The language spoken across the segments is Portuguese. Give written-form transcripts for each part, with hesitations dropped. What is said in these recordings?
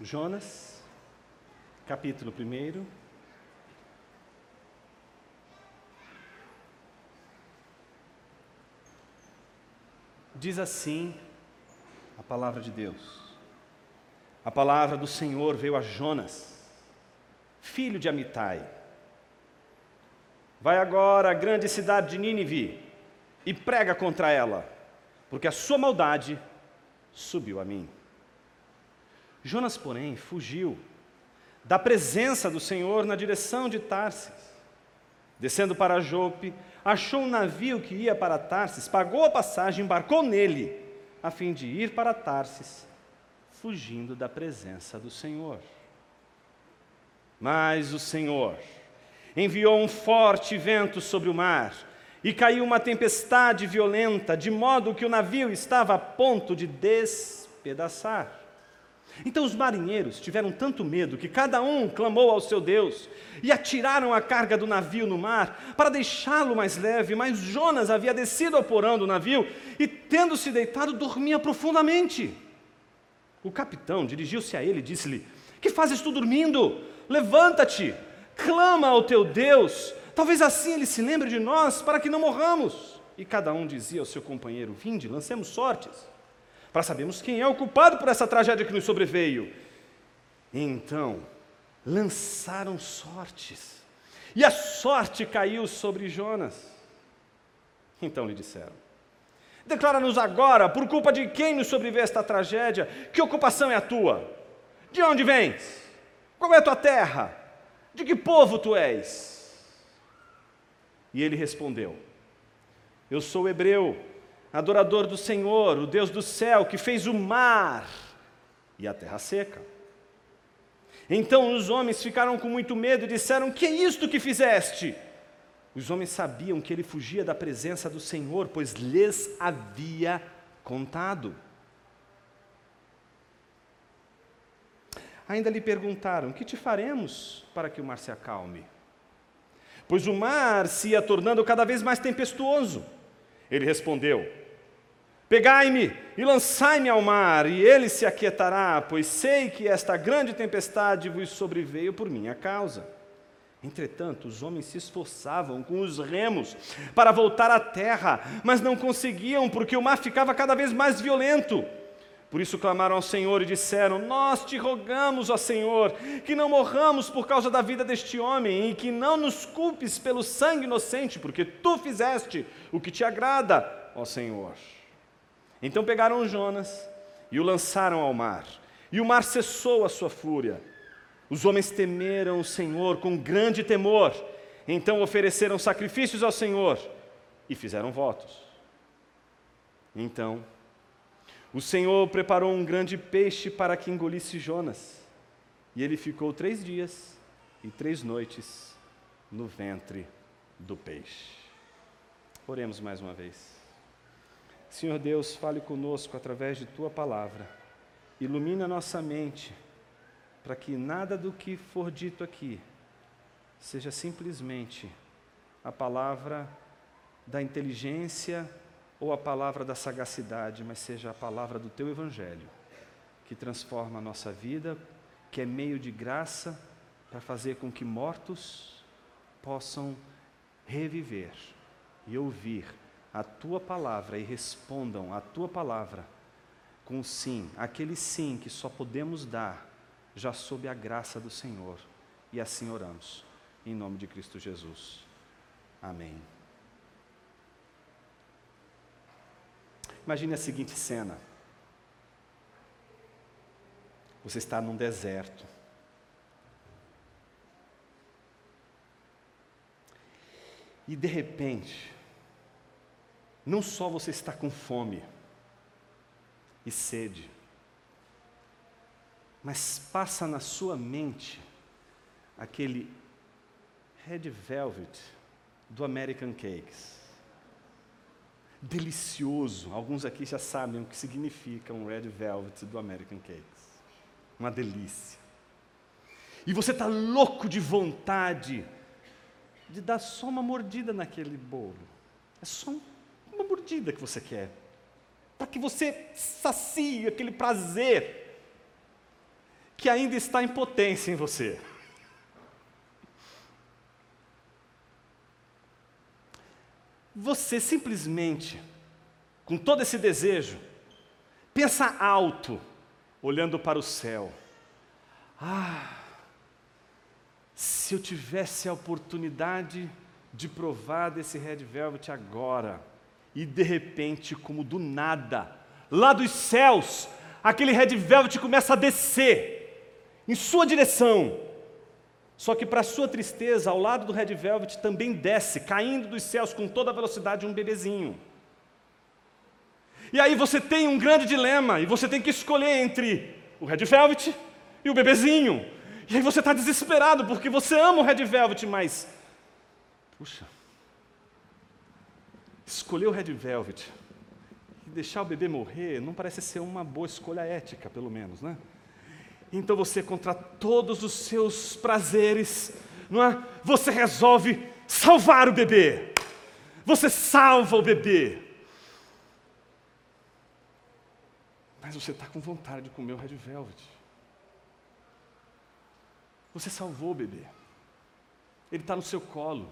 Jonas, capítulo 1. Diz assim a palavra de Deus. A palavra do Senhor veio a Jonas, filho de Amitai. Vai agora à grande cidade de Nínive e prega contra ela, porque a sua maldade subiu a mim. Jonas, porém, fugiu da presença do Senhor na direção de Tarsis. Descendo para Jope, achou um navio que ia para Tarsis, pagou a passagem, embarcou nele, a fim de ir para Tarsis, fugindo da presença do Senhor. Mas o Senhor enviou um forte vento sobre o mar, e caiu uma tempestade violenta, de modo que o navio estava a ponto de despedaçar. Então os marinheiros tiveram tanto medo que cada um clamou ao seu Deus e atiraram a carga do navio no mar para deixá-lo mais leve, mas Jonas havia descido ao porão do navio e, tendo-se deitado, dormia profundamente. O capitão dirigiu-se a ele e disse-lhe: "Que fazes tu dormindo? Levanta-te, clama ao teu Deus, talvez assim ele se lembre de nós, para que não morramos." E cada um dizia ao seu companheiro: "Vinde, lancemos sortes, para sabermos quem é o culpado por essa tragédia que nos sobreveio." E então lançaram sortes, e a sorte caiu sobre Jonas. Então lhe disseram: "Declara-nos agora, por culpa de quem nos sobreveio esta tragédia, que ocupação é a tua? De onde vens? Qual é a tua terra? De que povo tu és?" E ele respondeu: "Eu sou hebreu, adorador do Senhor, o Deus do céu, que fez o mar e a terra seca." Então os homens ficaram com muito medo e disseram: "Que é isto que fizeste?" Os homens sabiam que ele fugia da presença do Senhor, pois lhes havia contado. Ainda lhe perguntaram: "Que te faremos para que o mar se acalme?" Pois o mar se ia tornando cada vez mais tempestuoso. Ele respondeu: "Pegai-me e lançai-me ao mar, e ele se aquietará, pois sei que esta grande tempestade vos sobreveio por minha causa." Entretanto, os homens se esforçavam com os remos para voltar à terra, mas não conseguiam, porque o mar ficava cada vez mais violento. Por isso clamaram ao Senhor e disseram: "Nós te rogamos, ó Senhor, que não morramos por causa da vida deste homem, e que não nos culpes pelo sangue inocente, porque tu fizeste o que te agrada, ó Senhor." Então pegaram Jonas e o lançaram ao mar, e o mar cessou a sua fúria. Os homens temeram o Senhor com grande temor, então ofereceram sacrifícios ao Senhor e fizeram votos. Então o Senhor preparou um grande peixe para que engolisse Jonas, e ele ficou 3 dias e 3 noites no ventre do peixe. Oremos mais uma vez. Senhor Deus, fale conosco através de Tua palavra. Ilumina nossa mente, para que nada do que for dito aqui seja simplesmente a palavra da inteligência ou a palavra da sagacidade, mas seja a palavra do Teu Evangelho, que transforma a nossa vida, que é meio de graça para fazer com que mortos possam reviver e ouvir a Tua palavra e respondam à Tua palavra com sim, aquele sim que só podemos dar já sob a graça do Senhor. E assim oramos, em nome de Cristo Jesus. Amém. Imagine a seguinte cena. Você está num deserto. E de repente, não só você está com fome e sede, mas passa na sua mente aquele red velvet do American Cakes. Delicioso. Alguns aqui já sabem o que significa um red velvet do American Cakes. Uma delícia. E você está louco de vontade de dar só uma mordida naquele bolo. É só uma mordida que você quer, para que você sacie aquele prazer. que ainda está em potência em você. Você simplesmente, com todo esse desejo, pensa alto, olhando para o céu. Se eu tivesse a oportunidade de provar desse Red Velvet agora, e de repente, como do nada, lá dos céus, aquele Red Velvet começa a descer em sua direção. Só que, para sua tristeza, ao lado do Red Velvet também desce, caindo dos céus com toda a velocidade, um bebezinho. E aí você tem um grande dilema, e você tem que escolher entre o Red Velvet e o bebezinho. E aí você está desesperado, porque você ama o Red Velvet, mas... puxa, escolher o Red Velvet e deixar o bebê morrer não parece ser uma boa escolha ética, pelo menos, né? Então você, contra todos os seus prazeres, não é? Você resolve salvar o bebê. Você salva o bebê. Mas você está com vontade de comer o Red Velvet. Você salvou o bebê. Ele está no seu colo.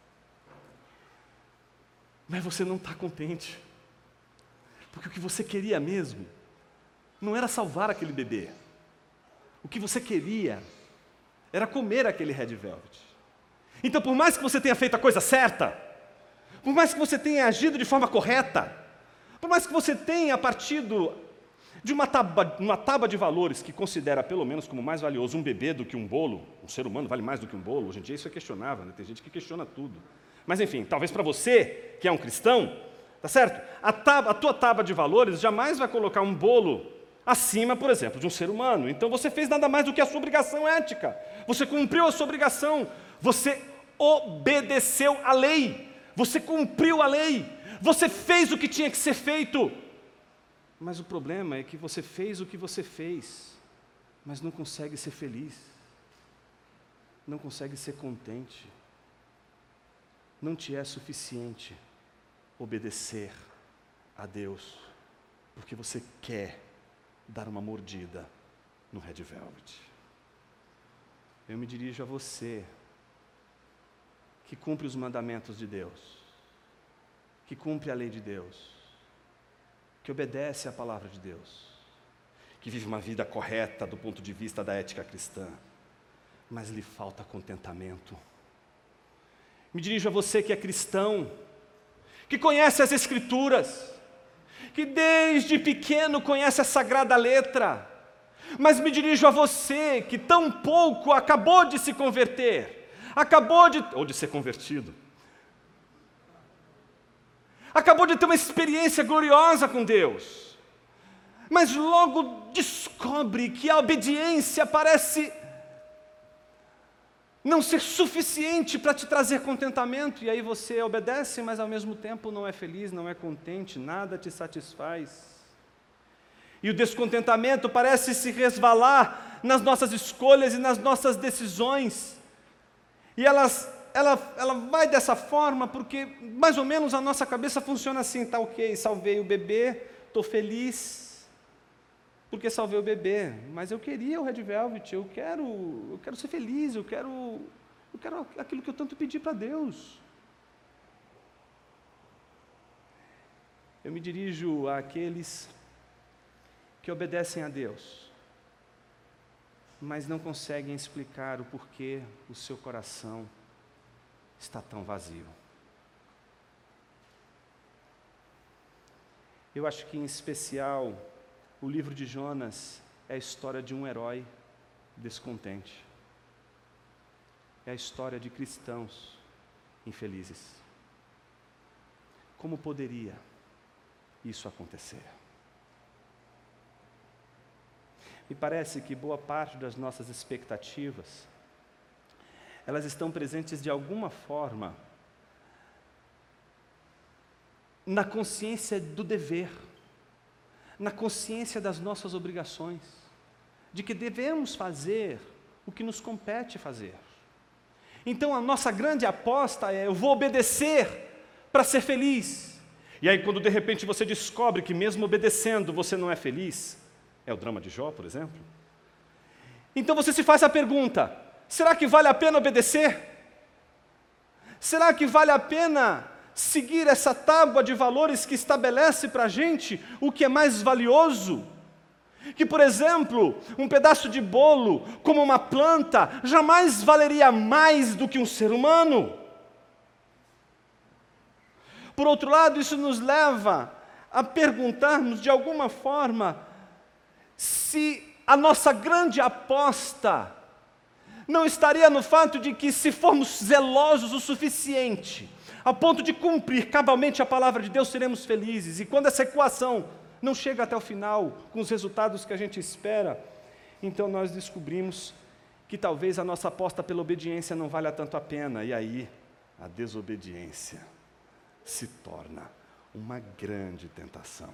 Mas você não está contente. Porque o que você queria mesmo não era salvar aquele bebê. O que você queria era comer aquele Red Velvet. Então, por mais que você tenha feito a coisa certa, por mais que você tenha agido de forma correta, por mais que você tenha partido de uma tábua de valores que considera pelo menos como mais valioso um bebê do que um bolo, um ser humano vale mais do que um bolo, hoje em dia isso é questionável, né? Tem gente que questiona tudo. Mas enfim, talvez para você, que é um cristão, tá certo? A tua tábua de valores jamais vai colocar um bolo acima, por exemplo, de um ser humano. Então você fez nada mais do que a sua obrigação ética. Você cumpriu a sua obrigação. Você obedeceu à lei. Você cumpriu a lei. Você fez o que tinha que ser feito. Mas o problema é que você fez o que você fez, mas não consegue ser feliz. Não consegue ser contente. Não te é suficiente obedecer a Deus, porque você quer dar uma mordida no Red Velvet. Eu me dirijo a você, que cumpre os mandamentos de Deus, que cumpre a lei de Deus, que obedece à palavra de Deus, que vive uma vida correta do ponto de vista da ética cristã, mas lhe falta contentamento. Me dirijo a você que é cristão, que conhece as Escrituras, que desde pequeno conhece a Sagrada Letra, mas me dirijo a você que tão pouco acabou de se converter, ou de ser convertido, acabou de ter uma experiência gloriosa com Deus, mas logo descobre que a obediência parece não ser suficiente para te trazer contentamento, e aí você obedece, mas ao mesmo tempo não é feliz, não é contente, nada te satisfaz. E o descontentamento parece se resvalar nas nossas escolhas e nas nossas decisões. E ela vai dessa forma porque mais ou menos a nossa cabeça funciona assim, tá ok, salvei o bebê, estou feliz, porque salvei o bebê, mas eu queria o Red Velvet, eu quero ser feliz, eu quero aquilo que eu tanto pedi para Deus. Eu me dirijo àqueles que obedecem a Deus, mas não conseguem explicar o porquê o seu coração está tão vazio. Eu acho que, em especial, o livro de Jonas é a história de um herói descontente. É a história de cristãos infelizes. Como poderia isso acontecer? Me parece que boa parte das nossas expectativas, elas estão presentes de alguma forma na consciência do dever, na consciência das nossas obrigações, de que devemos fazer o que nos compete fazer. Então a nossa grande aposta é: eu vou obedecer para ser feliz. E aí, quando de repente você descobre que mesmo obedecendo você não é feliz, é o drama de Jó, por exemplo, Então você se faz a pergunta: será que vale a pena obedecer? Será que vale a pena seguir essa tábua de valores que estabelece para a gente o que é mais valioso? Que, por exemplo, um pedaço de bolo, como uma planta, jamais valeria mais do que um ser humano. Por outro lado, isso nos leva a perguntarmos, de alguma forma, se a nossa grande aposta não estaria no fato de que, se formos zelosos o suficiente, a ponto de cumprir cabalmente a palavra de Deus, seremos felizes. E quando essa equação não chega até o final, com os resultados que a gente espera, então nós descobrimos que talvez a nossa aposta pela obediência não valha tanto a pena. E aí, a desobediência se torna uma grande tentação.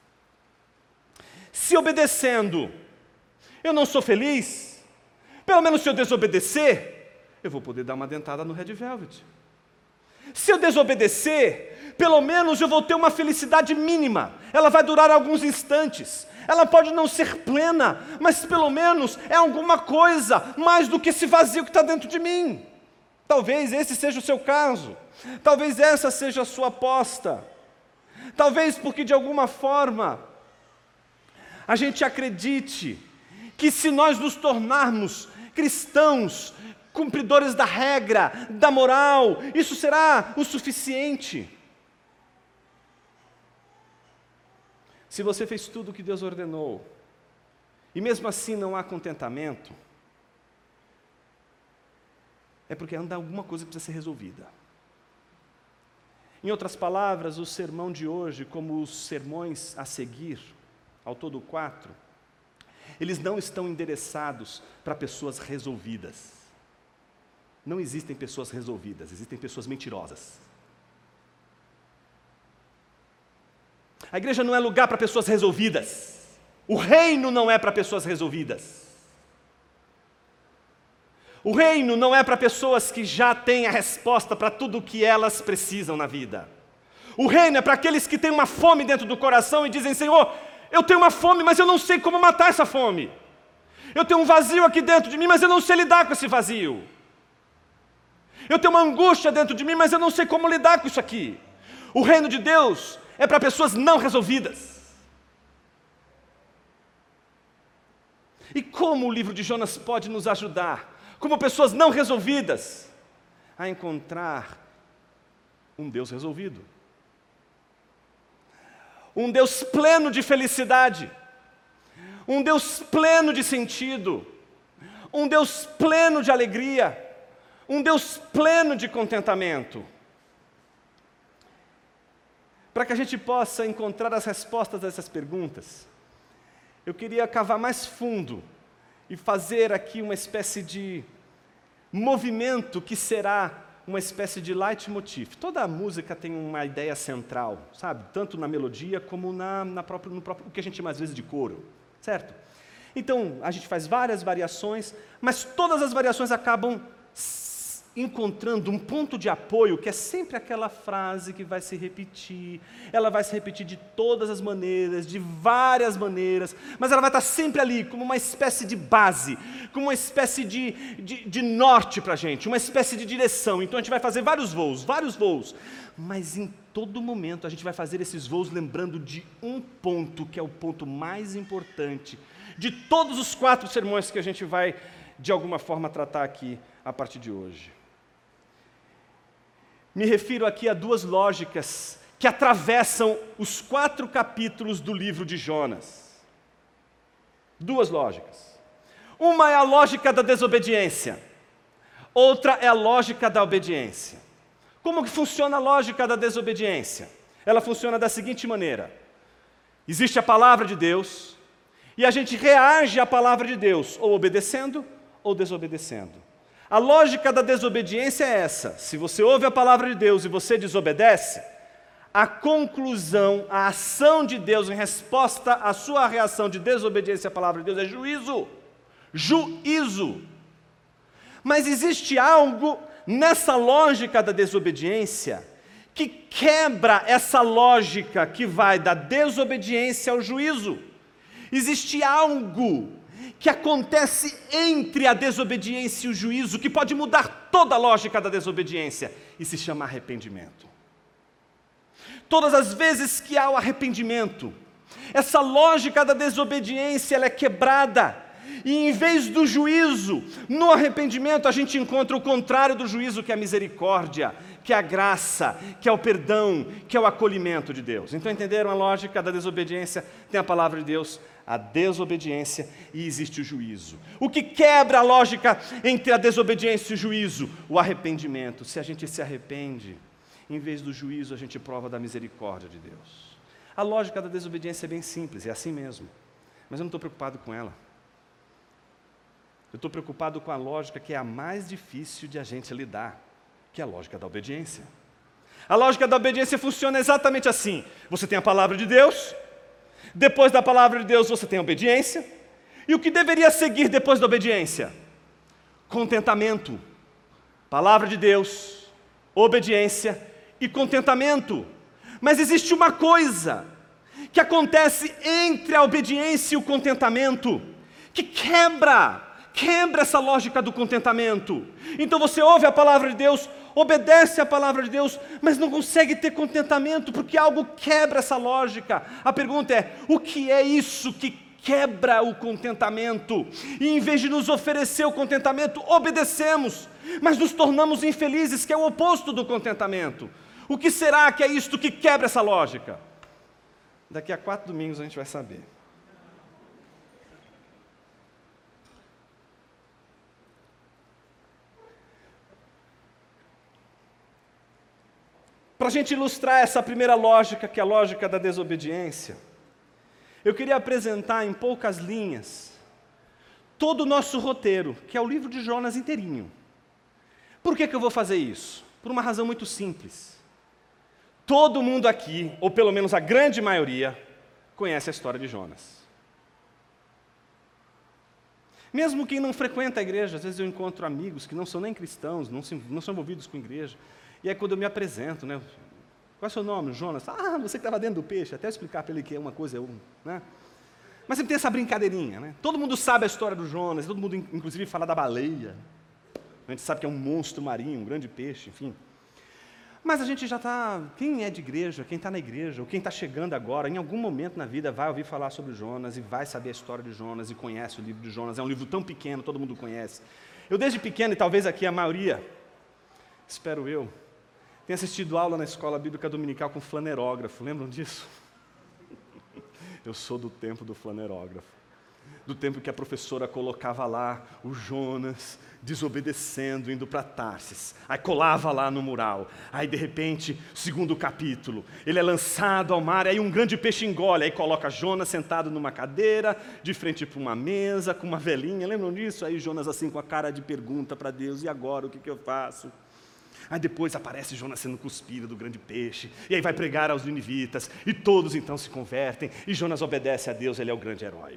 Se obedecendo eu não sou feliz, pelo menos se eu desobedecer, eu vou poder dar uma dentada no Red Velvet. Se eu desobedecer, pelo menos eu vou ter uma felicidade mínima. Ela vai durar alguns instantes. Ela pode não ser plena, mas pelo menos é alguma coisa mais do que esse vazio que está dentro de mim. Talvez esse seja o seu caso. Talvez essa seja a sua aposta. Talvez porque de alguma forma a gente acredite que, se nós nos tornarmos cristãos, cumpridores da regra, da moral, isso será o suficiente. Se você fez tudo o que Deus ordenou, e mesmo assim não há contentamento, é porque ainda há alguma coisa que precisa ser resolvida. Em outras palavras, o sermão de hoje, como os sermões a seguir, ao todo 4, eles não estão endereçados para pessoas resolvidas. Não existem pessoas resolvidas, existem pessoas mentirosas. A igreja não é lugar para pessoas resolvidas. O reino não é para pessoas resolvidas. O reino não é para pessoas que já têm a resposta para tudo o que elas precisam na vida. O reino é para aqueles que têm uma fome dentro do coração e dizem: Senhor, eu tenho uma fome, mas eu não sei como matar essa fome. Eu tenho um vazio aqui dentro de mim, mas eu não sei lidar com esse vazio. Eu tenho uma angústia dentro de mim, mas eu não sei como lidar com isso aqui. O reino de Deus é para pessoas não resolvidas. E como o livro de Jonas pode nos ajudar, como pessoas não resolvidas, a encontrar um Deus resolvido? Um Deus pleno de felicidade, um Deus pleno de sentido, um Deus pleno de alegria, um Deus pleno de contentamento. Para que a gente possa encontrar as respostas a essas perguntas, eu queria cavar mais fundo e fazer aqui uma espécie de movimento que será uma espécie de leitmotiv. Toda a música tem uma ideia central, sabe? Tanto na melodia como no próprio o que a gente chama às vezes de coro, certo? Então, a gente faz várias variações, mas todas as variações acabam encontrando um ponto de apoio, que é sempre aquela frase que vai se repetir. Ela vai se repetir de todas as maneiras, de várias maneiras, mas ela vai estar sempre ali, como uma espécie de base, como uma espécie de norte para a gente, uma espécie de direção. Então a gente vai fazer vários voos, mas em todo momento a gente vai fazer esses voos lembrando de um ponto, que é o ponto mais importante de todos os 4 sermões que a gente vai, de alguma forma, tratar aqui a partir de hoje. Me refiro aqui a 2 lógicas que atravessam os 4 capítulos do livro de Jonas. 2 lógicas. Uma é a lógica da desobediência, outra é a lógica da obediência. Como que funciona a lógica da desobediência? Ela funciona da seguinte maneira: existe a palavra de Deus, e a gente reage à palavra de Deus, ou obedecendo ou desobedecendo. A lógica da desobediência é essa: se você ouve a palavra de Deus e você desobedece, a conclusão, a ação de Deus em resposta à sua reação de desobediência à palavra de Deus é juízo. Juízo. Mas existe algo nessa lógica da desobediência que quebra essa lógica que vai da desobediência ao juízo. Existe algo que acontece entre a desobediência e o juízo, que pode mudar toda a lógica da desobediência, e se chama arrependimento. Todas as vezes que há o arrependimento, essa lógica da desobediência ela é quebrada, e em vez do juízo, no arrependimento a gente encontra o contrário do juízo, que é a misericórdia, que é a graça, que é o perdão, que é o acolhimento de Deus. Então entenderam a lógica da desobediência? Tem a palavra de Deus, a desobediência, e existe o juízo. O que quebra a lógica entre a desobediência e o juízo? O arrependimento. Se a gente se arrepende, em vez do juízo, a gente prova da misericórdia de Deus. A lógica da desobediência é bem simples, é assim mesmo. Mas eu não estou preocupado com ela. Eu estou preocupado com a lógica que é a mais difícil de a gente lidar, que é a lógica da obediência. A lógica da obediência funciona exatamente assim. Você tem a palavra de Deus, depois da palavra de Deus você tem a obediência, e o que deveria seguir depois da obediência? Contentamento. Palavra de Deus, obediência e contentamento. Mas existe uma coisa que acontece entre a obediência e o contentamento, que quebra essa lógica do contentamento. Então você ouve a palavra de Deus, obedece a palavra de Deus, mas não consegue ter contentamento, porque algo quebra essa lógica. A pergunta é, o que é isso que quebra o contentamento? E em vez de nos oferecer o contentamento, obedecemos, mas nos tornamos infelizes, que é o oposto do contentamento. O que será que é isto que quebra essa lógica? Daqui a 4 domingos a gente vai saber. Para a gente ilustrar essa primeira lógica, que é a lógica da desobediência, eu queria apresentar em poucas linhas todo o nosso roteiro, que é o livro de Jonas inteirinho. Por que eu vou fazer isso? Por uma razão muito simples. Todo mundo aqui, ou pelo menos a grande maioria, conhece a história de Jonas. Mesmo quem não frequenta a igreja, às vezes eu encontro amigos que não são nem cristãos, não são envolvidos com a igreja. E aí quando eu me apresento, né? Qual é o seu nome? Jonas. Ah, você que estava dentro do peixe. Até explicar para ele que é uma coisa, né? Mas sempre tem essa brincadeirinha, né? Todo mundo sabe a história do Jonas, todo mundo inclusive fala da baleia. A gente sabe que é um monstro marinho, um grande peixe, enfim. Mas a gente já está, quem é de igreja, quem está na igreja, ou quem está chegando agora, em algum momento na vida vai ouvir falar sobre Jonas e vai saber a história de Jonas e conhece o livro de Jonas. É um livro tão pequeno, todo mundo conhece. Eu desde pequeno, e talvez aqui a maioria, espero eu, tenha assistido aula na escola bíblica dominical com flanerógrafo. Lembram disso? Eu sou do tempo do flanerógrafo. Do tempo que a professora colocava lá o Jonas desobedecendo, indo para Tarsis. Aí colava lá no mural. Aí, de repente, segundo capítulo, ele é lançado ao mar, aí um grande peixe engole. Aí coloca Jonas sentado numa cadeira, de frente para uma mesa, com uma velinha. Lembram disso? Aí Jonas assim com a cara de pergunta para Deus, e agora, o que eu faço? Aí depois aparece Jonas sendo cuspido do grande peixe, e aí vai pregar aos ninivitas, e todos então se convertem, e Jonas obedece a Deus, ele é o grande herói.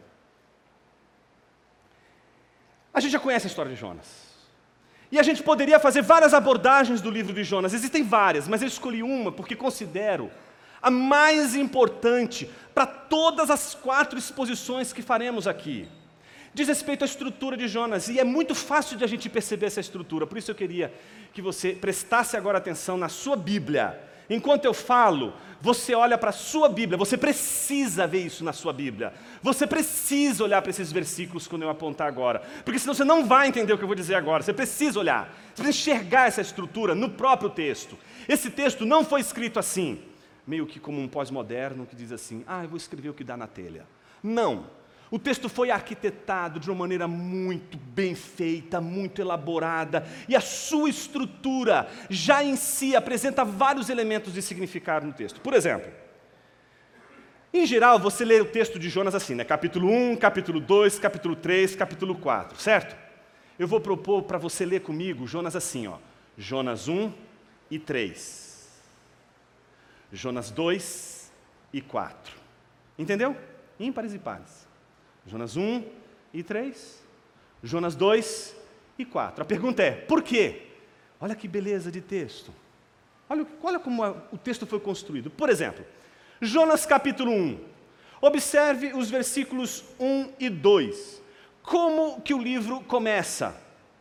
A gente já conhece a história de Jonas. E a gente poderia fazer várias abordagens do livro de Jonas, existem várias, mas eu escolhi uma porque considero a mais importante para todas as 4 exposições que faremos aqui. Diz respeito à estrutura de Jonas, e é muito fácil de a gente perceber essa estrutura, por isso eu queria que você prestasse agora atenção na sua Bíblia. Enquanto eu falo, você olha para a sua Bíblia, você precisa ver isso na sua Bíblia. Você precisa olhar para esses versículos quando eu apontar agora, porque senão você não vai entender o que eu vou dizer agora. Você precisa olhar, você precisa enxergar essa estrutura no próprio texto. Esse texto não foi escrito assim, meio que como um pós-moderno que diz assim, eu vou escrever o que dá na telha. Não. O texto foi arquitetado de uma maneira muito bem feita, muito elaborada, e a sua estrutura já em si apresenta vários elementos de significado no texto. Por exemplo, em geral você lê o texto de Jonas assim, né? Capítulo 1, capítulo 2, capítulo 3, capítulo 4, certo? Eu vou propor para você ler comigo Jonas assim, ó, Jonas 1 e 3, Jonas 2 e 4, entendeu? Ímpares e pares. Jonas 1 e 3, Jonas 2 e 4. A pergunta é, por quê? Olha que beleza de texto. Olha como o texto foi construído. Por exemplo, Jonas capítulo 1. Observe os versículos 1 e 2. Como que o livro começa?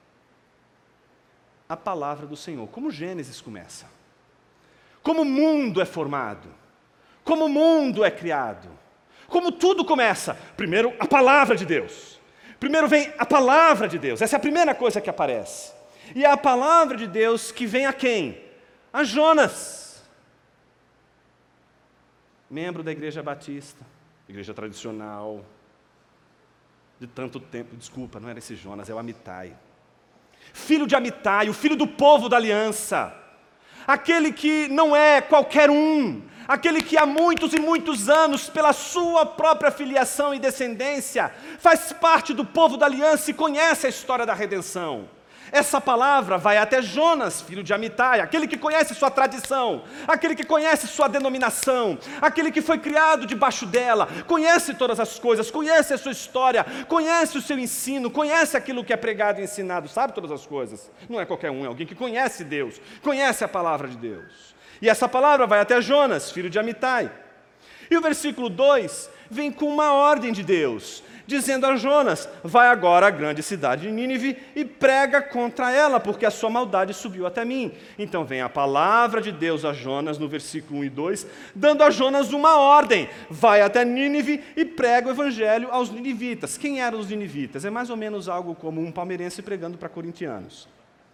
A palavra do Senhor, como Gênesis começa. Como o mundo é formado. Como o mundo é criado. Como tudo começa. Primeiro, a palavra de Deus. Primeiro vem a palavra de Deus. Essa é a primeira coisa que aparece. E é a palavra de Deus que vem a quem? A Jonas. Membro da Igreja Batista. Igreja tradicional. De tanto tempo. Desculpa, não era esse Jonas, é o Amitai. Filho de Amitai, o filho do povo da aliança. Aquele que não é qualquer um. Aquele que há muitos e muitos anos, pela sua própria filiação e descendência, faz parte do povo da aliança e conhece a história da redenção. Essa palavra vai até Jonas, filho de Amitai, aquele que conhece sua tradição, aquele que conhece sua denominação, aquele que foi criado debaixo dela, conhece todas as coisas, conhece a sua história, conhece o seu ensino, conhece aquilo que é pregado e ensinado, sabe todas as coisas. Não é qualquer um, é alguém que conhece Deus, conhece a palavra de Deus. E essa palavra vai até Jonas, filho de Amitai. E o versículo 2 vem com uma ordem de Deus, dizendo a Jonas: vai agora à grande cidade de Nínive e prega contra ela, porque a sua maldade subiu até mim. Então vem a palavra de Deus a Jonas, no versículo 1 e 2, dando a Jonas uma ordem: vai até Nínive e prega o evangelho aos ninivitas. Quem eram os ninivitas? É mais ou menos algo como um palmeirense pregando para corintianos.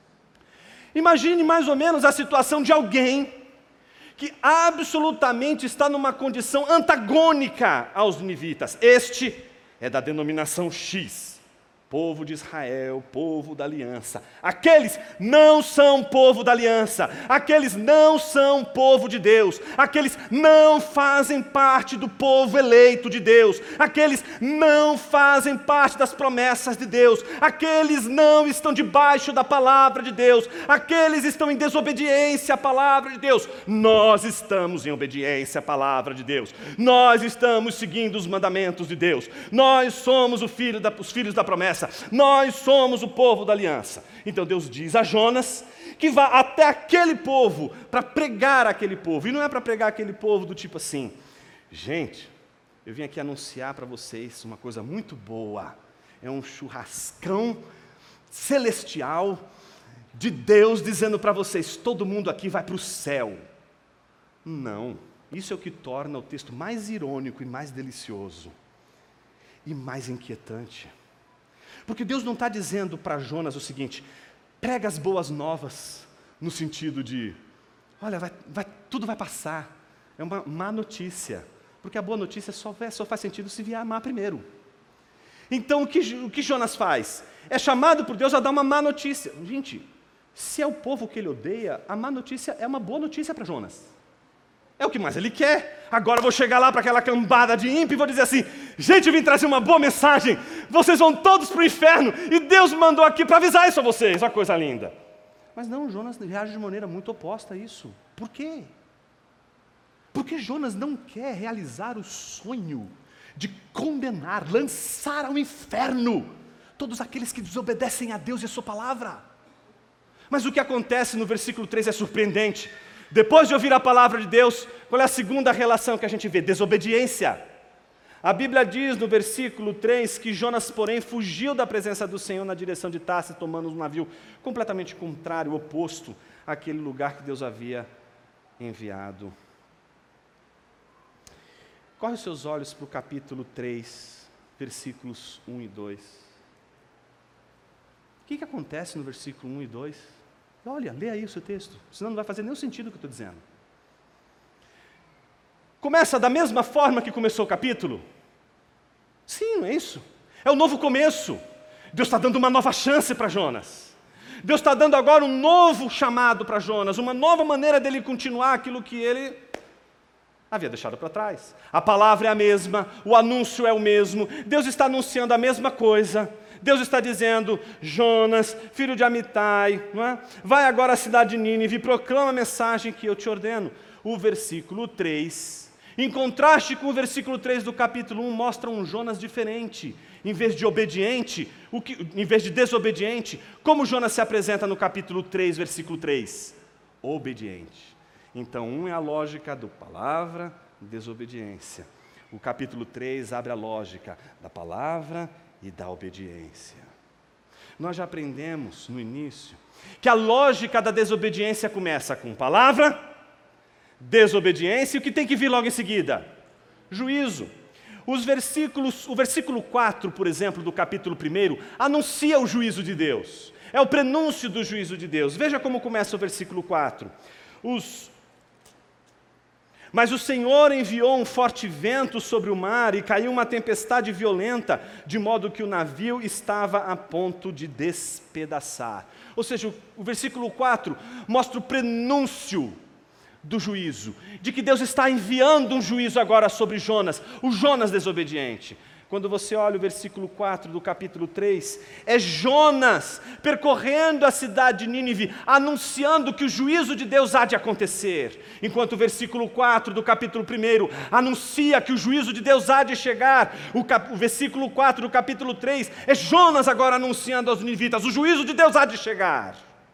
Imagine mais ou menos a situação de alguém que absolutamente está numa condição antagônica aos ninivitas. Este é da denominação X, povo de Israel, povo da aliança. Aqueles não são povo da aliança, aqueles não são povo de Deus, aqueles não fazem parte do povo eleito de Deus, aqueles não fazem parte das promessas de Deus, aqueles não estão debaixo da palavra de Deus, aqueles estão em desobediência à palavra de Deus. Nós estamos em obediência à palavra de Deus, nós estamos seguindo os mandamentos de Deus, nós somos os filhos da promessa, nós somos o povo da aliança. Então Deus diz a Jonas que vá até aquele povo para pregar aquele povo. E não é para pregar aquele povo do tipo assim: gente, eu vim aqui anunciar para vocês uma coisa muito boa. É um churrascão celestial de Deus dizendo para vocês: todo mundo aqui vai para o céu. Não, isso é o que torna o texto mais irônico e mais delicioso e mais inquietante. Porque Deus não está dizendo para Jonas o seguinte: prega as boas novas, no sentido de, olha, tudo vai passar. É uma má notícia, porque a boa notícia só faz sentido se vier a má primeiro. Então o que Jonas faz? É chamado por Deus a dar uma má notícia. Gente, se é o povo que ele odeia, a má notícia é uma boa notícia para Jonas. É o que mais ele quer. Agora eu vou chegar lá para aquela cambada de ímpio e vou dizer assim: gente, eu vim trazer uma boa mensagem, vocês vão todos para o inferno, e Deus me mandou aqui para avisar isso a vocês, uma coisa linda. Mas não, Jonas reage de maneira muito oposta a isso. Por quê? Porque Jonas não quer realizar o sonho de condenar, lançar ao inferno todos aqueles que desobedecem a Deus e a sua palavra. Mas o que acontece no versículo 3 é surpreendente. Depois de ouvir a palavra de Deus, qual é a segunda relação que a gente vê? Desobediência. A Bíblia diz no versículo 3 que Jonas, porém, fugiu da presença do Senhor na direção de Tarsis, tomando um navio completamente contrário, oposto àquele lugar que Deus havia enviado. Corre os seus olhos para o capítulo 3, versículos 1 e 2. O que acontece no versículo 1 e 2? Olha, lê aí o seu texto, senão não vai fazer nenhum sentido o que eu estou dizendo. Começa da mesma forma que começou o capítulo? Sim, não é isso? É o novo começo. Deus está dando uma nova chance para Jonas. Deus está dando agora um novo chamado para Jonas, uma nova maneira dele continuar aquilo que ele havia deixado para trás. A palavra é a mesma, o anúncio é o mesmo, Deus está anunciando a mesma coisa. Deus está dizendo: Jonas, filho de Amitai, não é? Vai agora à cidade de Nínive e proclama a mensagem que eu te ordeno. O versículo 3, em contraste com o versículo 3 do capítulo 1, mostra um Jonas diferente. Em vez de obediente, em vez de desobediente, como Jonas se apresenta no capítulo 3, versículo 3? Obediente. Então, um é a lógica do palavra, desobediência. O capítulo 3 abre a lógica da palavra e da obediência. Nós já aprendemos no início que a lógica da desobediência começa com palavra, desobediência, e o que tem que vir logo em seguida? Juízo. O versículo 4, por exemplo, do capítulo 1, anuncia o juízo de Deus. É o prenúncio do juízo de Deus. Veja como começa o versículo 4. Mas o Senhor enviou um forte vento sobre o mar e caiu uma tempestade violenta, de modo que o navio estava a ponto de despedaçar. Ou seja, o versículo 4 mostra o prenúncio do juízo, de que Deus está enviando um juízo agora sobre Jonas, o Jonas desobediente. Quando você olha o versículo 4 do capítulo 3, é Jonas percorrendo a cidade de Nínive, anunciando que o juízo de Deus há de acontecer. Enquanto o versículo 4 do capítulo 1 anuncia que o juízo de Deus há de chegar, o versículo 4 do capítulo 3 é Jonas agora anunciando aos ninivitas, o juízo de Deus há de chegar.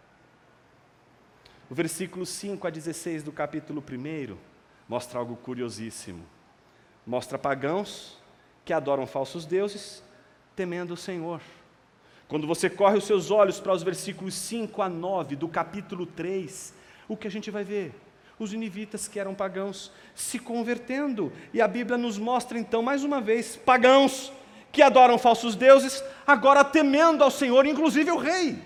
O versículo 5 a 16 do capítulo 1 mostra algo curiosíssimo. Mostra pagãos que adoram falsos deuses, temendo o Senhor. Quando você corre os seus olhos para os versículos 5 a 9 do capítulo 3, o que a gente vai ver? Os ninivitas, que eram pagãos, se convertendo. E a Bíblia nos mostra então, mais uma vez, pagãos que adoram falsos deuses, agora temendo ao Senhor, inclusive o rei.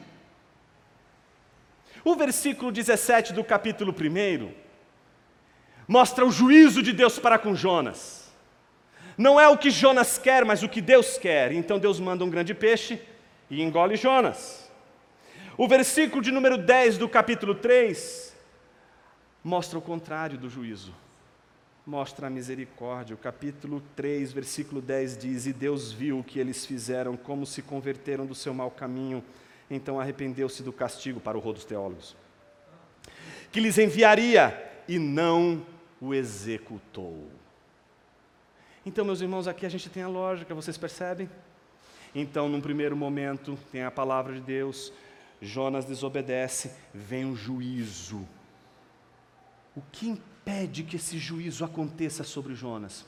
O versículo 17 do capítulo 1 mostra o juízo de Deus para com Jonas. Não é o que Jonas quer, mas o que Deus quer. Então Deus manda um grande peixe e engole Jonas. O versículo de número 10 do capítulo 3 mostra o contrário do juízo. Mostra a misericórdia. O capítulo 3, versículo 10 diz: E Deus viu o que eles fizeram, como se converteram do seu mau caminho. Então arrependeu-se do castigo, para o rol dos teólogos, que lhes enviaria, e não o executou. Então, meus irmãos, aqui a gente tem a lógica, vocês percebem? Então, num primeiro momento, tem a palavra de Deus, Jonas desobedece, vem o juízo. O que impede que esse juízo aconteça sobre Jonas?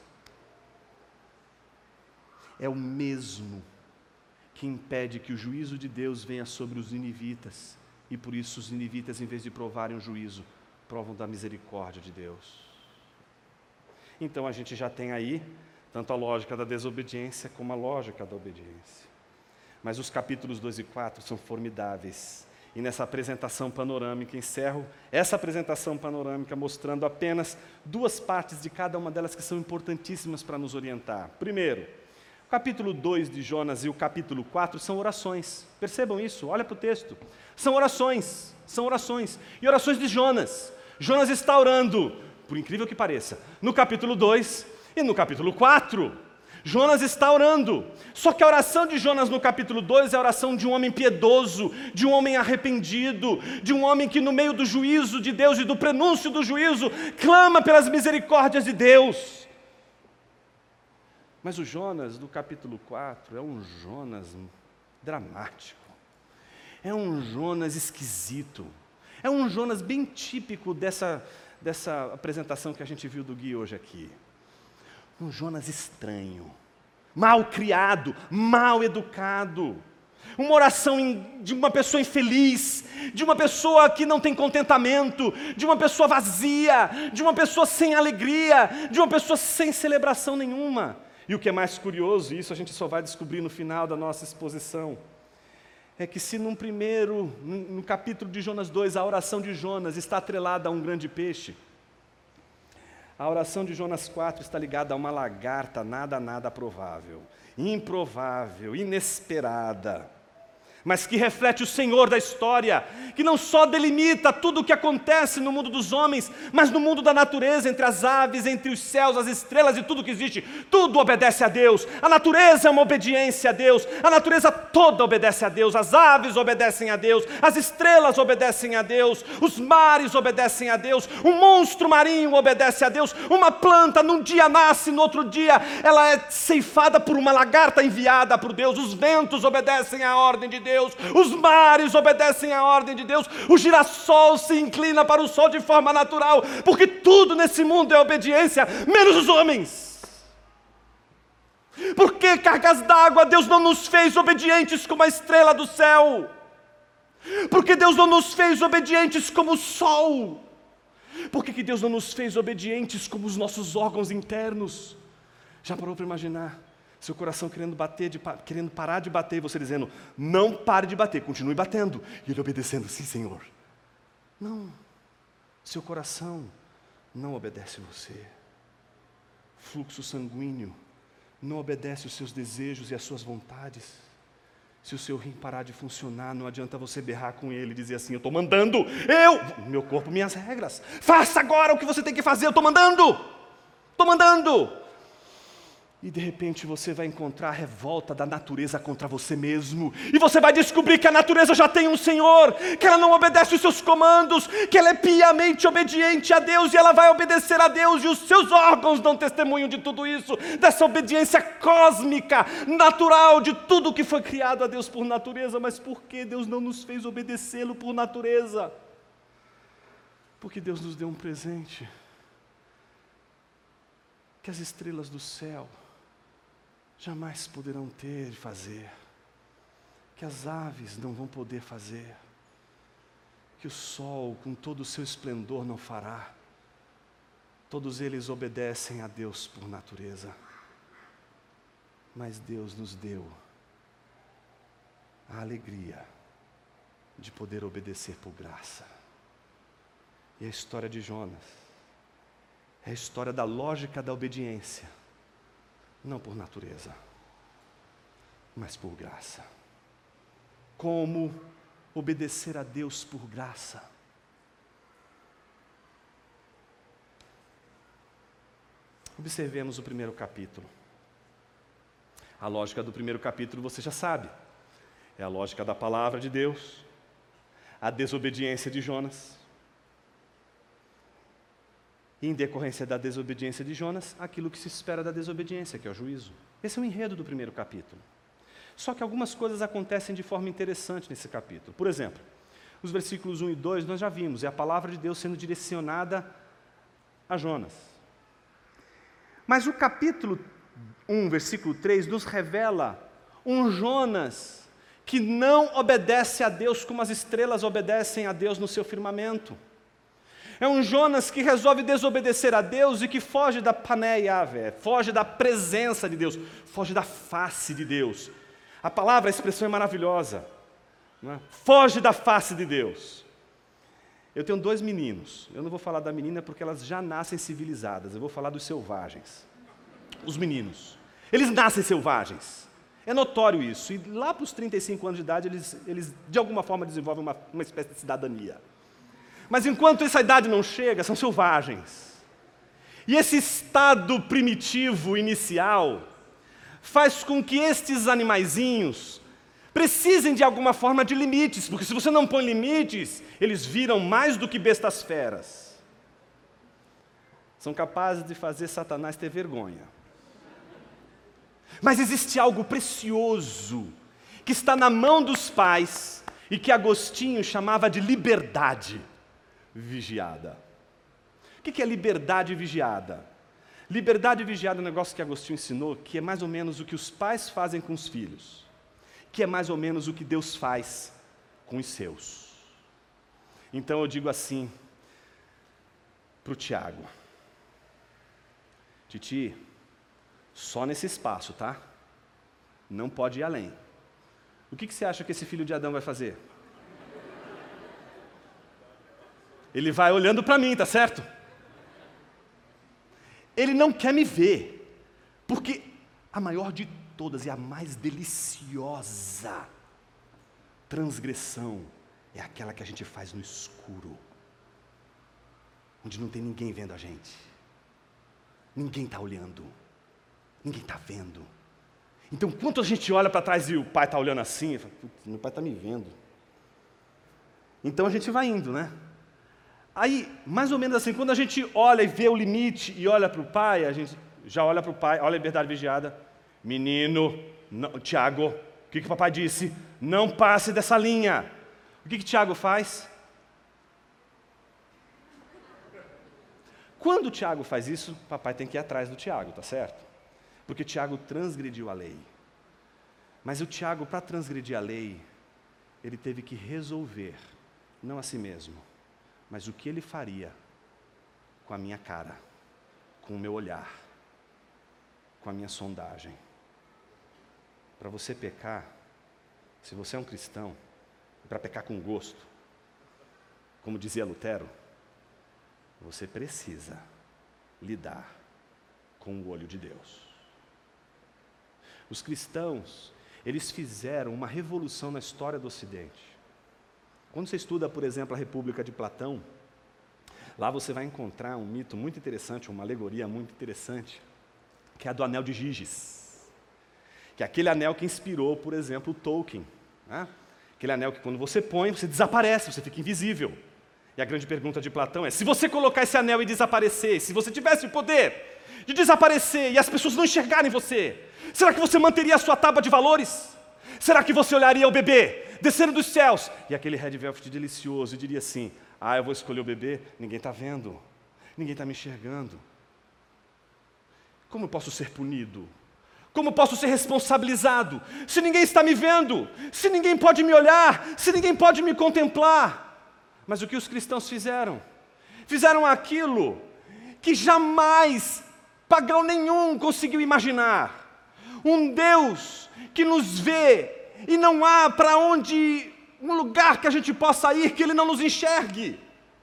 É o mesmo que impede que o juízo de Deus venha sobre os ninivitas, e por isso os ninivitas, em vez de provarem o juízo, provam da misericórdia de Deus. Então a gente já tem aí tanto a lógica da desobediência como a lógica da obediência. Mas os capítulos 2 e 4 são formidáveis. E nessa apresentação panorâmica, encerro essa apresentação panorâmica mostrando apenas duas partes de cada uma delas que são importantíssimas para nos orientar. Primeiro, o capítulo 2 de Jonas e o capítulo 4 são orações. Percebam isso, olha para o texto. São orações. E orações de Jonas. Jonas está orando, por incrível que pareça, no capítulo 2 e no capítulo 4. Jonas está orando. Só que a oração de Jonas no capítulo 2 é a oração de um homem piedoso, de um homem arrependido, de um homem que no meio do juízo de Deus e do prenúncio do juízo, clama pelas misericórdias de Deus. Mas o Jonas do capítulo 4 é um Jonas dramático. É um Jonas esquisito. É um Jonas bem típico dessa apresentação que a gente viu do Gui hoje aqui. Um Jonas estranho, mal criado, mal educado. Uma oração de uma pessoa infeliz, de uma pessoa que não tem contentamento, de uma pessoa vazia, de uma pessoa sem alegria, de uma pessoa sem celebração nenhuma. E o que é mais curioso, e isso a gente só vai descobrir no final da nossa exposição, é que se no capítulo de Jonas 2, a oração de Jonas está atrelada a um grande peixe, a oração de Jonas 4 está ligada a uma lagarta nada provável, improvável, inesperada, mas que reflete o Senhor da história, que não só delimita tudo o que acontece no mundo dos homens, mas no mundo da natureza, entre as aves, entre os céus, as estrelas e tudo que existe, tudo obedece a Deus. A natureza é uma obediência a Deus, a natureza toda obedece a Deus, as aves obedecem a Deus, as estrelas obedecem a Deus, os mares obedecem a Deus, um monstro marinho obedece a Deus, uma planta num dia nasce, no outro dia ela é ceifada por uma lagarta enviada por Deus, os ventos obedecem à ordem de Deus, os mares obedecem à ordem de Deus, o girassol se inclina para o sol de forma natural, porque tudo nesse mundo é obediência, menos os homens. Por que cargas d'água? Deus não nos fez obedientes como a estrela do céu. Porque Deus não nos fez obedientes como o sol. Por que Deus não nos fez obedientes como os nossos órgãos internos? Já parou para imaginar? Seu coração querendo bater, querendo parar de bater, e você dizendo, não pare de bater, continue batendo. E ele obedecendo, sim, Senhor. Não, seu coração não obedece você. Fluxo sanguíneo não obedece os seus desejos e as suas vontades. Se o seu rim parar de funcionar, não adianta você berrar com ele e dizer assim, eu estou mandando, meu corpo, minhas regras. Faça agora o que você tem que fazer, eu estou mandando. E de repente você vai encontrar a revolta da natureza contra você mesmo. E você vai descobrir que a natureza já tem um Senhor, que ela não obedece os seus comandos, que ela é piamente obediente a Deus, e ela vai obedecer a Deus, e os seus órgãos dão testemunho de tudo isso, dessa obediência cósmica, natural, de tudo que foi criado a Deus por natureza. Mas por que Deus não nos fez obedecê-lo por natureza? Porque Deus nos deu um presente, que as estrelas do céu jamais poderão ter e fazer, que as aves não vão poder fazer, que o sol com todo o seu esplendor não fará. Todos eles obedecem a Deus por natureza, mas Deus nos deu a alegria de poder obedecer por graça. E a história de Jonas é a história da lógica da obediência, não por natureza, mas por graça. Como obedecer a Deus por graça? Observemos o primeiro capítulo. A lógica do primeiro capítulo você já sabe. É a lógica da palavra de Deus, a desobediência de Jonas. E em decorrência da desobediência de Jonas, aquilo que se espera da desobediência, que é o juízo. Esse é o enredo do primeiro capítulo. Só que algumas coisas acontecem de forma interessante nesse capítulo. Por exemplo, os versículos 1 e 2 nós já vimos, é a palavra de Deus sendo direcionada a Jonas. Mas o capítulo 1, versículo 3, nos revela um Jonas que não obedece a Deus como as estrelas obedecem a Deus no seu firmamento. É um Jonas que resolve desobedecer a Deus e que foge da Paneia, foge da presença de Deus, foge da face de Deus. A palavra, a expressão é maravilhosa, não é? Foge da face de Deus. Eu tenho 2 meninos, eu não vou falar da menina porque elas já nascem civilizadas, eu vou falar dos selvagens. Os meninos, eles nascem selvagens, é notório isso, e lá para os 35 anos de idade eles de alguma forma desenvolvem uma espécie de cidadania. Mas enquanto essa idade não chega, são selvagens. E esse estado primitivo inicial faz com que estes animaizinhos precisem de alguma forma de limites, porque se você não põe limites, eles viram mais do que bestas feras. São capazes de fazer Satanás ter vergonha. Mas existe algo precioso que está na mão dos pais e que Agostinho chamava de liberdade vigiada. O que é liberdade vigiada? Liberdade vigiada é um negócio que Agostinho ensinou, que é mais ou menos o que os pais fazem com os filhos, que é mais ou menos o que Deus faz com os seus. Então eu digo assim para o Tiago: Titi, só nesse espaço, tá? Não pode ir além. O que você acha que esse filho de Adão vai fazer? Ele vai olhando para mim, tá certo? Ele não quer me ver, porque a maior de todas e a mais deliciosa transgressão é aquela que a gente faz no escuro, onde não tem ninguém vendo a gente. Ninguém está olhando, ninguém está vendo. Então, quando a gente olha para trás e o pai está olhando assim, fala, meu pai está me vendo. Então a gente vai indo, né? Aí, mais ou menos assim, quando a gente olha e vê o limite e olha para o pai, a gente já olha para o pai, olha a liberdade vigiada. Menino, não, Tiago, o que o papai disse? Não passe dessa linha. O que Tiago faz? Quando o Tiago faz isso, o papai tem que ir atrás do Tiago, tá certo? porque Tiago transgrediu a lei. Mas o Tiago, para transgredir a lei, ele teve que resolver, não a si mesmo, mas o que ele faria com a minha cara, com o meu olhar, com a minha sondagem. Para você pecar, se você é um cristão, para pecar com gosto, como dizia Lutero, você precisa lidar com o olho de Deus. Os cristãos, eles fizeram uma revolução na história do Ocidente. Quando você estuda, por exemplo, a República de Platão, lá você vai encontrar um mito muito interessante, uma alegoria muito interessante, que é a do anel de Giges, que é aquele anel que inspirou, por exemplo, o Tolkien, né? Aquele anel que quando você põe, você desaparece, você fica invisível. E a grande pergunta de Platão é, se você colocar esse anel e desaparecer, se você tivesse o poder de desaparecer e as pessoas não enxergarem você, será que você manteria a sua tábua de valores? Será que você olharia o bebê descendo dos céus e aquele red velvet delicioso e diria assim, eu vou escolher o bebê, ninguém está vendo, ninguém está me enxergando. Como eu posso ser punido? Como eu posso ser responsabilizado? Se ninguém está me vendo, se ninguém pode me olhar, se ninguém pode me contemplar. Mas o que os cristãos fizeram? Fizeram aquilo que jamais pagão nenhum conseguiu imaginar. Um Deus que nos vê e não há para onde, um lugar que a gente possa ir que Ele não nos enxergue.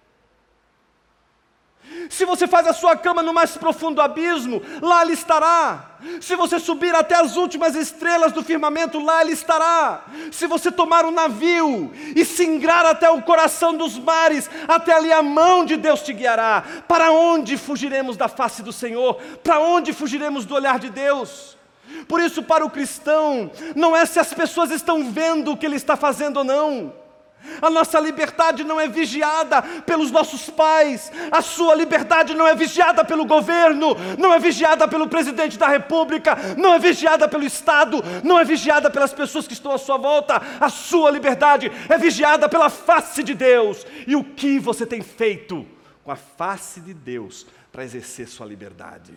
Se você faz a sua cama no mais profundo abismo, lá Ele estará. Se você subir até as últimas estrelas do firmamento, lá Ele estará. Se você tomar um navio e singrar até o coração dos mares, até ali a mão de Deus te guiará. Para onde fugiremos da face do Senhor? Para onde fugiremos do olhar de Deus? Por isso, para o cristão, não é se as pessoas estão vendo o que ele está fazendo ou não. A nossa liberdade não é vigiada pelos nossos pais, a sua liberdade não é vigiada pelo governo, não é vigiada pelo presidente da república, não é vigiada pelo Estado, não é vigiada pelas pessoas que estão à sua volta. A sua liberdade é vigiada pela face de Deus. E o que você tem feito com a face de Deus para exercer sua liberdade?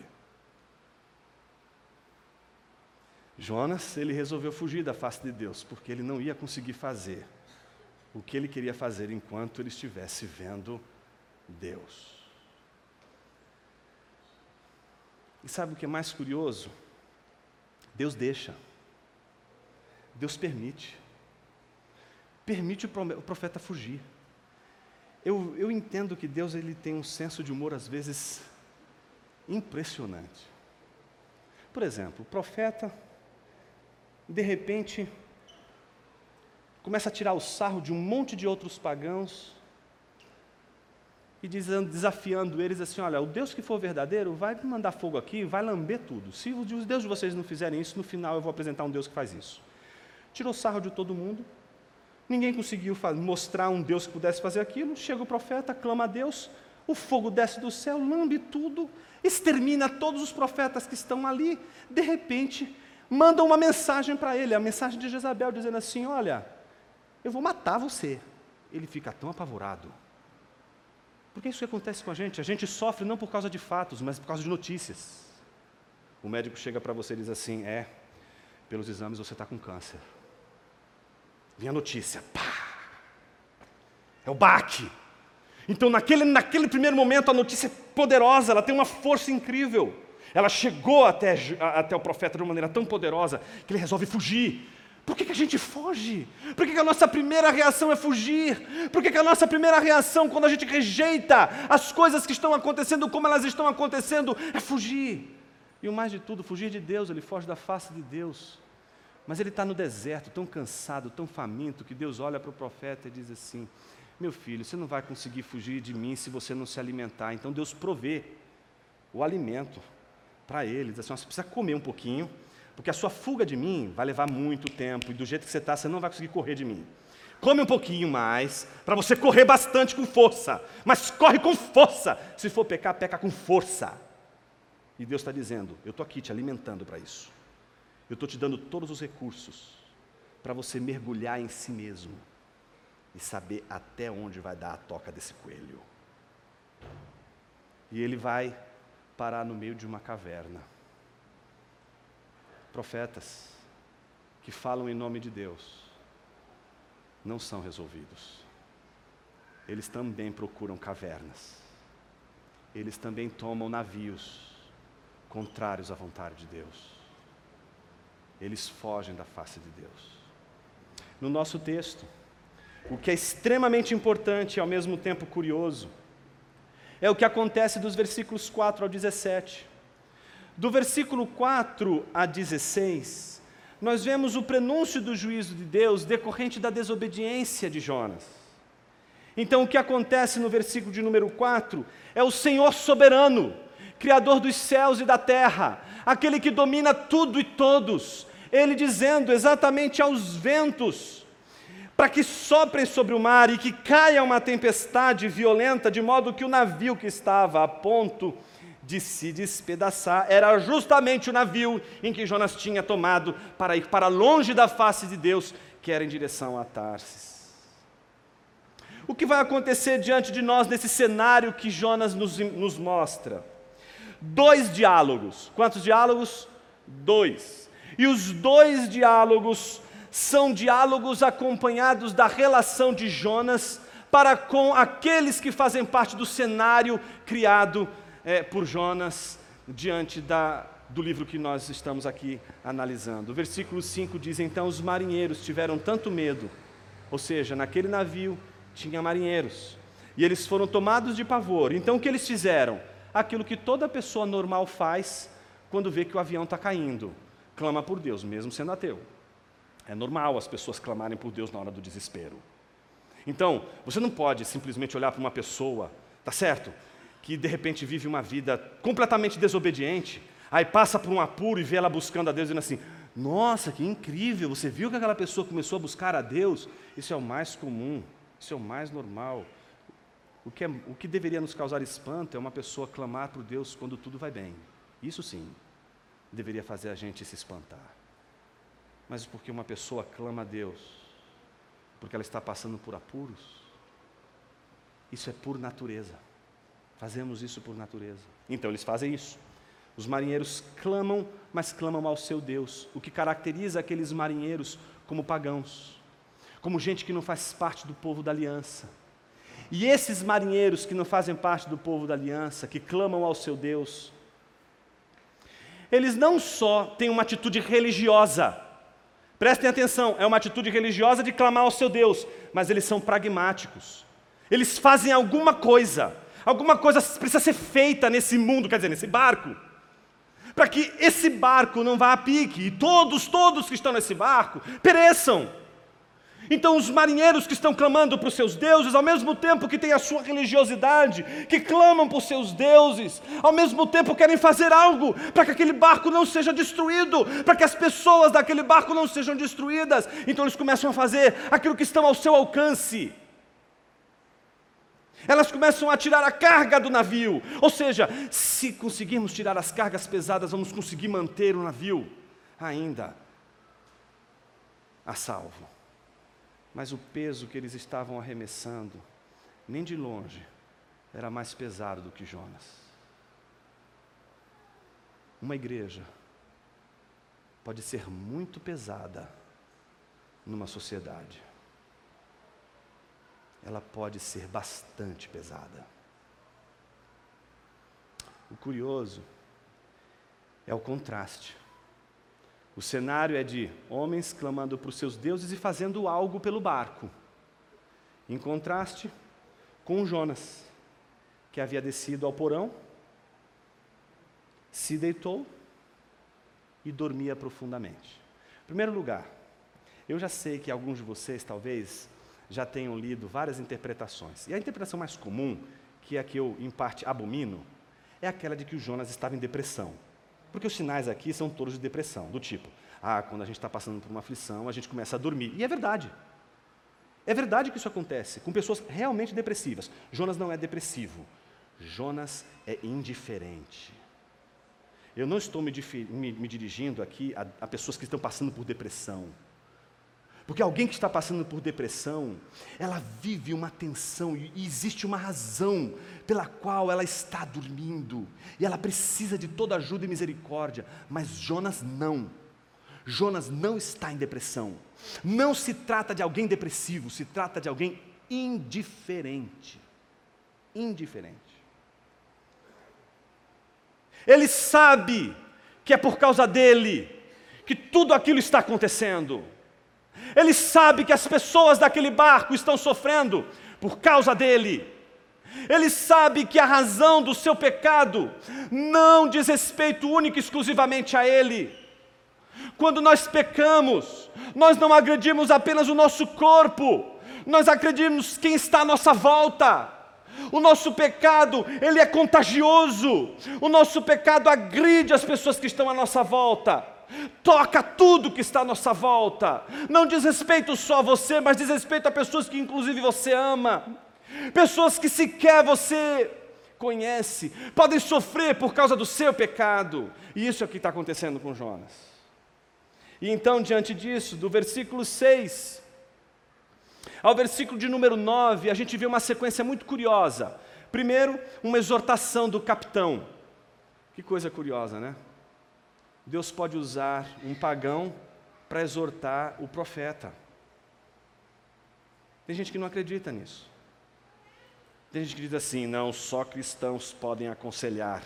Jonas, ele resolveu fugir da face de Deus, porque ele não ia conseguir fazer o que ele queria fazer enquanto ele estivesse vendo Deus. E sabe o que é mais curioso? Deus deixa. Deus permite. Permite o profeta fugir. Eu entendo que Deus ele tem um senso de humor, às vezes, impressionante. Por exemplo, o profeta, de repente, começa a tirar o sarro de um monte de outros pagãos e desafiando eles assim, olha, o Deus que for verdadeiro vai mandar fogo aqui, vai lamber tudo. Se os deuses de vocês não fizerem isso, no final eu vou apresentar um Deus que faz isso. Tirou sarro de todo mundo, ninguém conseguiu mostrar um Deus que pudesse fazer aquilo, chega o profeta, clama a Deus, o fogo desce do céu, lambe tudo, extermina todos os profetas que estão ali, de repente, manda uma mensagem para ele, a mensagem de Jezabel, dizendo assim, olha, eu vou matar você. Ele fica tão apavorado. Porque isso que acontece com a gente sofre não por causa de fatos, mas por causa de notícias. O médico chega para você e diz assim, pelos exames você está com câncer. Vem a notícia, pá! É o baque. Então naquele primeiro momento a notícia é poderosa, ela tem uma força incrível. Ela chegou até o profeta de uma maneira tão poderosa que ele resolve fugir. Por que a gente foge? Por que a nossa primeira reação é fugir? Por que a nossa primeira reação, quando a gente rejeita as coisas que estão acontecendo como elas estão acontecendo, é fugir? E o mais de tudo, fugir de Deus, ele foge da face de Deus. Mas ele está no deserto, tão cansado, tão faminto, que Deus olha para o profeta e diz assim, meu filho, você não vai conseguir fugir de mim se você não se alimentar. Então Deus provê o alimento para ele, diz assim, você precisa comer um pouquinho, porque a sua fuga de mim vai levar muito tempo, e do jeito que você está, você não vai conseguir correr de mim. Come um pouquinho mais, para você correr bastante com força, mas corre com força. Se for pecar, peca com força. E Deus está dizendo, eu estou aqui te alimentando para isso. Eu estou te dando todos os recursos para você mergulhar em si mesmo e saber até onde vai dar a toca desse coelho. E ele vai parar no meio de uma caverna. profetas que falam em nome de Deus não são resolvidos. Eles também procuram cavernas. Eles também tomam navios contrários à vontade de Deus. Eles fogem da face de Deus. No nosso texto, o que é extremamente importante e ao mesmo tempo curioso é o que acontece dos versículos 4 ao 17. Do versículo 4 a 16, nós vemos o prenúncio do juízo de Deus decorrente da desobediência de Jonas. Então, o que acontece no versículo de número 4 é o Senhor soberano, Criador dos céus e da terra, aquele que domina tudo e todos, Ele dizendo exatamente aos ventos, para que soprem sobre o mar e que caia uma tempestade violenta, de modo que o navio que estava a ponto de se despedaçar era justamente o navio em que Jonas tinha tomado para ir para longe da face de Deus, que era em direção a Tarsis. O que vai acontecer diante de nós nesse cenário que Jonas nos mostra? 2 diálogos. Quantos diálogos? 2. E os 2 diálogos são diálogos acompanhados da relação de Jonas para com aqueles que fazem parte do cenário criado por Jonas diante do livro que nós estamos aqui analisando. O versículo 5 diz: então os marinheiros tiveram tanto medo, ou seja, naquele navio tinha marinheiros, e eles foram tomados de pavor. Então o que eles fizeram? Aquilo que toda pessoa normal faz quando vê que o avião está caindo: clama por Deus, mesmo sendo ateu. É normal as pessoas clamarem por Deus na hora do desespero. Então, você não pode simplesmente olhar para uma pessoa, tá certo? Que de repente vive uma vida completamente desobediente, aí passa por um apuro e vê ela buscando a Deus, dizendo assim: nossa, que incrível, você viu que aquela pessoa começou a buscar a Deus? Isso é o mais comum, isso é o mais normal. O que deveria nos causar espanto é uma pessoa clamar por Deus quando tudo vai bem. Isso sim, deveria fazer a gente se espantar. Mas porque uma pessoa clama a Deus, porque ela está passando por apuros, isso é por natureza. Fazemos isso por natureza. Então eles fazem isso. Os marinheiros clamam, mas clamam ao seu Deus, o que caracteriza aqueles marinheiros como pagãos, como gente que não faz parte do povo da aliança. E esses marinheiros que não fazem parte do povo da aliança, que clamam ao seu Deus, eles não só têm uma atitude religiosa, prestem atenção, é uma atitude religiosa de clamar ao seu Deus, mas eles são pragmáticos. Eles fazem alguma coisa precisa ser feita nesse mundo, quer dizer, nesse barco, para que esse barco não vá a pique, e todos que estão nesse barco pereçam. Então os marinheiros que estão clamando para os seus deuses, ao mesmo tempo que têm a sua religiosidade, que clamam por seus deuses, ao mesmo tempo querem fazer algo para que aquele barco não seja destruído, para que as pessoas daquele barco não sejam destruídas. Então eles começam a fazer aquilo que estão ao seu alcance. Elas começam a tirar a carga do navio, ou seja, se conseguirmos tirar as cargas pesadas, vamos conseguir manter o navio ainda a salvo. Mas o peso que eles estavam arremessando, nem de longe, era mais pesado do que Jonas. Uma igreja pode ser muito pesada numa sociedade. Ela pode ser bastante pesada. O curioso é o contraste. O cenário é de homens clamando para os seus deuses e fazendo algo pelo barco, em contraste com Jonas, que havia descido ao porão, se deitou e dormia profundamente. Em primeiro lugar, eu já sei que alguns de vocês talvez já tenham lido várias interpretações. E a interpretação mais comum, que é a que eu, em parte, abomino, é aquela de que o Jonas estava em depressão. Porque os sinais aqui são todos de depressão, do tipo, quando a gente está passando por uma aflição, a gente começa a dormir. E é verdade. É verdade que isso acontece com pessoas realmente depressivas. Jonas não é depressivo. Jonas é indiferente. Eu não estou me dirigindo aqui a pessoas que estão passando por depressão. Porque alguém que está passando por depressão, ela vive uma tensão e existe uma razão pela qual ela está dormindo. E ela precisa de toda ajuda e misericórdia. Mas Jonas não. Jonas não está em depressão. Não se trata de alguém depressivo, se trata de alguém indiferente. Indiferente. Ele sabe que é por causa dele que tudo aquilo está acontecendo. Ele sabe que as pessoas daquele barco estão sofrendo por causa dele. Ele sabe que a razão do seu pecado não diz respeito único e exclusivamente a ele. Quando nós pecamos, nós não agredimos apenas o nosso corpo, nós agredimos quem está à nossa volta. O nosso pecado, ele é contagioso. O nosso pecado agride as pessoas que estão à nossa volta. Toca tudo que está à nossa volta. Não diz respeito só a você, mas diz respeito a pessoas que inclusive você ama. Pessoas que sequer você conhece, podem sofrer por causa do seu pecado. E isso é o que está acontecendo com Jonas. E então, diante disso, do versículo 6 ao versículo de número 9, a gente vê uma sequência muito curiosa. Primeiro, uma exortação do capitão. Que coisa curiosa, né? Deus pode usar um pagão para exortar o profeta. Tem gente que não acredita nisso. Tem gente que diz assim, não, só cristãos podem aconselhar.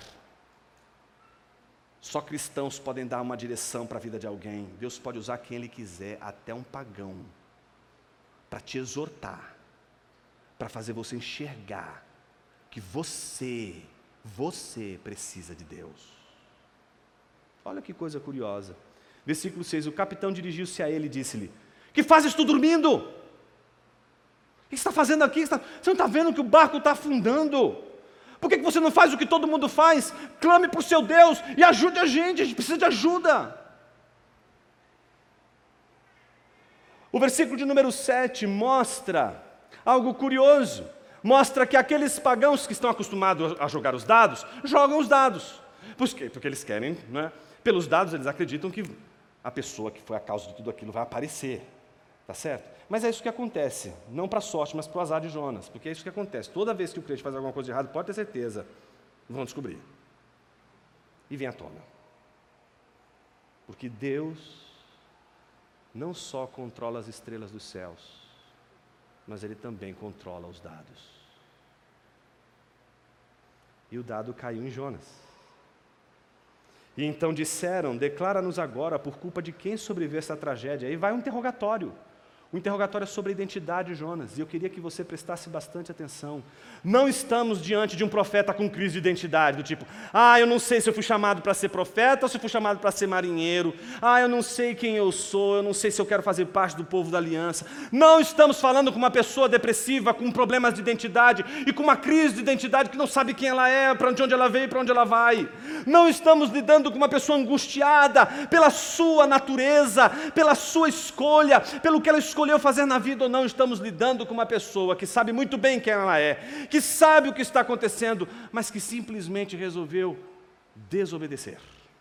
Só cristãos podem dar uma direção para a vida de alguém. Deus pode usar quem Ele quiser, até um pagão, para te exortar, para fazer você enxergar que você precisa de Deus. Olha que coisa curiosa. Versículo 6, o capitão dirigiu-se a ele e disse-lhe, que fazes tu dormindo? O que você está fazendo aqui? Você não está vendo que o barco está afundando? Por que você não faz o que todo mundo faz? Clame para o seu Deus e ajude a gente precisa de ajuda. O versículo de número 7 mostra algo curioso. Mostra que aqueles pagãos que estão acostumados a jogar os dados, jogam os dados. Por quê? Porque eles querem, né? Pelos dados eles acreditam que a pessoa que foi a causa de tudo aquilo vai aparecer. Tá certo? Mas é isso que acontece, não para a sorte, mas para o azar de Jonas, porque é isso que acontece. Toda vez que o crente faz alguma coisa de errado, pode ter certeza, vão descobrir. E vem à tona. Porque Deus não só controla as estrelas dos céus, mas Ele também controla os dados. E o dado caiu em Jonas. E então disseram, declara-nos agora por culpa de quem sobreviveu essa tragédia. Aí vai um interrogatório. O interrogatório é sobre a identidade de Jonas, e eu queria que você prestasse bastante atenção. Não estamos diante de um profeta com crise de identidade, do tipo, eu não sei se eu fui chamado para ser profeta ou se eu fui chamado para ser marinheiro. Eu não sei quem eu sou, eu não sei se eu quero fazer parte do povo da aliança. Não estamos falando com uma pessoa depressiva, com problemas de identidade e com uma crise de identidade que não sabe quem ela é, para onde ela veio e para onde ela vai. Não estamos lidando com uma pessoa angustiada pela sua natureza, pela sua escolha, pelo que ela escolheu fazer na vida ou não. Estamos lidando com uma pessoa que sabe muito bem quem ela é, que sabe o que está acontecendo, mas que simplesmente resolveu desobedecer.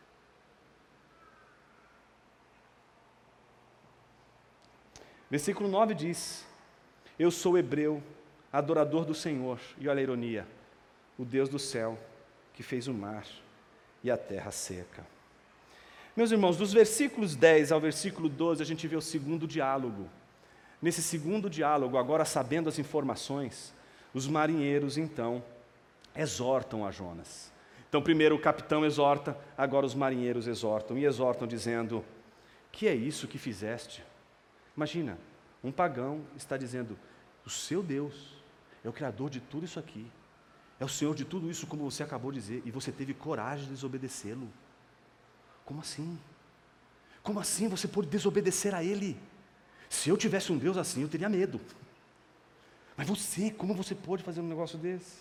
Versículo 9 diz, eu sou hebreu, adorador do Senhor, e olha a ironia, o Deus do céu, que fez o mar e a terra seca. Meus irmãos, dos versículos 10 ao versículo 12, a gente vê o segundo diálogo. Nesse segundo diálogo, agora sabendo as informações, os marinheiros, então, exortam a Jonas. Então, primeiro o capitão exorta, agora os marinheiros exortam, e exortam dizendo, que é isso que fizeste? Imagina, um pagão está dizendo, o seu Deus é o Criador de tudo isso aqui, é o Senhor de tudo isso, como você acabou de dizer, e você teve coragem de desobedecê-lo. Como assim? Como assim você pôde desobedecer a Ele? Se eu tivesse um Deus assim, eu teria medo. Mas você, como você pôde fazer um negócio desse?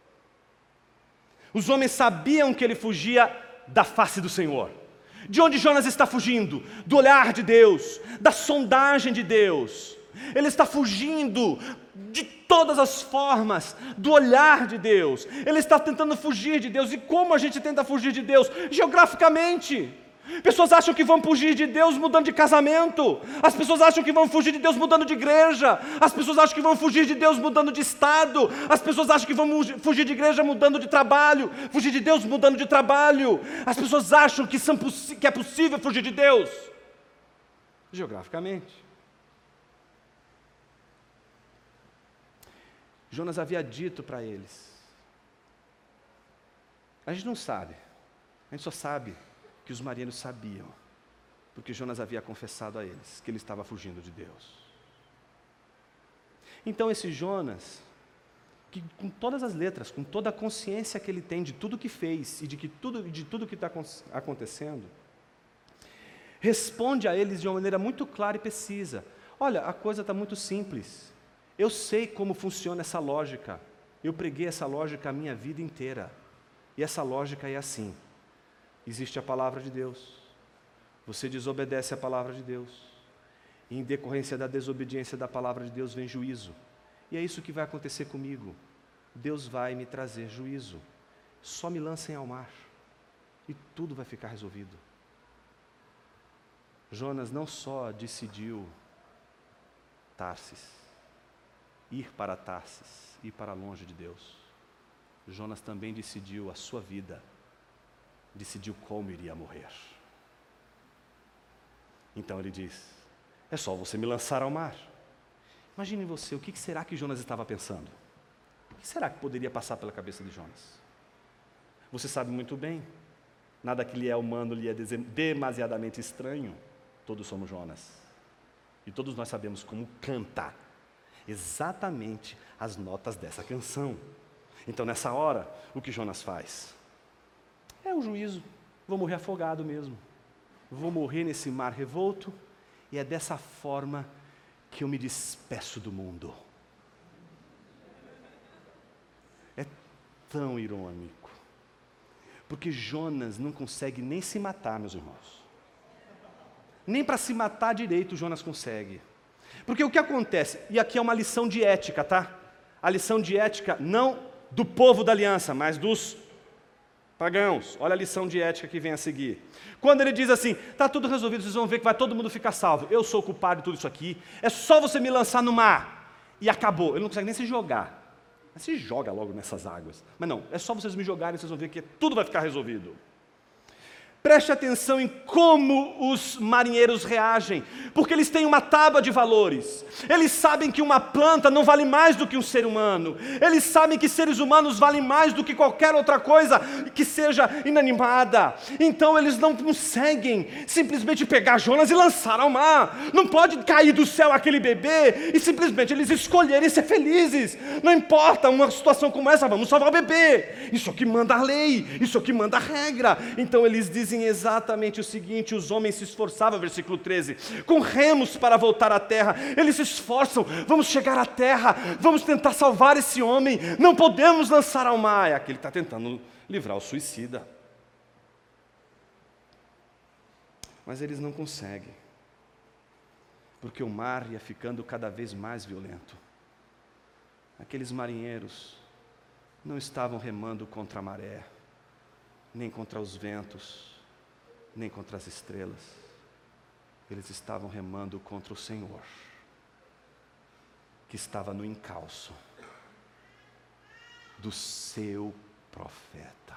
Os homens sabiam que ele fugia da face do Senhor. De onde Jonas está fugindo? Do olhar de Deus, da sondagem de Deus. Ele está fugindo de todas as formas do olhar de Deus. Ele está tentando fugir de Deus. E como a gente tenta fugir de Deus? Geograficamente. Pessoas acham que vão fugir de Deus mudando de casamento. As pessoas acham que vão fugir de Deus mudando de igreja. As pessoas acham que vão fugir de Deus mudando de estado. As pessoas acham que vão fugir de igreja mudando de trabalho. Fugir de Deus mudando de trabalho. As pessoas acham que é possível fugir de Deus. geograficamente. Jonas havia dito para eles. A gente não sabe, a gente só sabe que os marinheiros sabiam, porque Jonas havia confessado a eles que ele estava fugindo de Deus. Então esse Jonas, que com todas as letras, com toda a consciência que ele tem de tudo que fez e de tudo que está acontecendo, responde a eles de uma maneira muito clara e precisa. Olha, a coisa está muito simples. Eu sei como funciona essa lógica. Eu preguei essa lógica a minha vida inteira. E essa lógica é assim. Existe a palavra de Deus. Você desobedece a palavra de Deus. E em decorrência da desobediência da palavra de Deus vem juízo. E é isso que vai acontecer comigo. Deus vai me trazer juízo. Só me lancem ao mar. E tudo vai ficar resolvido. Jonas não só decidiu Tarsis, ir para Tarsis, ir para longe de Deus. Jonas também decidiu a sua vida, decidiu como iria morrer. Então ele diz, é só você me lançar ao mar. Imagine você, o que será que Jonas estava pensando? O que será que poderia passar pela cabeça de Jonas? Você sabe muito bem, nada que lhe é humano lhe é demasiadamente estranho. Todos somos Jonas. E todos nós sabemos como cantar exatamente as notas dessa canção. Então nessa hora, o que Jonas faz? É o juízo. Vou morrer afogado mesmo. Vou morrer nesse mar revolto. E é dessa forma que eu me despeço do mundo. É tão irônico. Porque Jonas não consegue nem se matar, meus irmãos. Nem para se matar direito Jonas consegue. Porque o que acontece, e aqui é uma lição de ética, tá? A lição de ética não do povo da aliança, mas dos pagãos. Olha a lição de ética que vem a seguir. Quando ele diz assim, está tudo resolvido, vocês vão ver que vai todo mundo ficar salvo. Eu sou o culpado de tudo isso aqui, é só você me lançar no mar. E acabou, ele não consegue nem se jogar. Mas se joga logo nessas águas. Mas não, é só vocês me jogarem, vocês vão ver que tudo vai ficar resolvido. Preste atenção em como os marinheiros reagem, porque eles têm uma tábua de valores. Eles sabem que uma planta não vale mais do que um ser humano. Eles sabem que seres humanos valem mais do que qualquer outra coisa que seja inanimada. Então eles não conseguem simplesmente pegar Jonas e lançar ao mar. Não pode cair do céu aquele bebê e simplesmente eles escolherem ser felizes. Não importa uma situação como essa, vamos salvar o bebê. Isso aqui manda a lei, isso aqui manda a regra. Então eles dizem exatamente o seguinte, os homens se esforçavam, versículo 13, com remos para voltar à terra, eles se esforçam, vamos chegar à terra, vamos tentar salvar esse homem, não podemos lançar ao mar. É aquele que está tentando livrar o suicida. Mas eles não conseguem, porque o mar ia ficando cada vez mais violento. Aqueles marinheiros não estavam remando contra a maré, nem contra os ventos, nem contra as estrelas. Eles estavam remando contra o Senhor, que estava no encalço do seu profeta.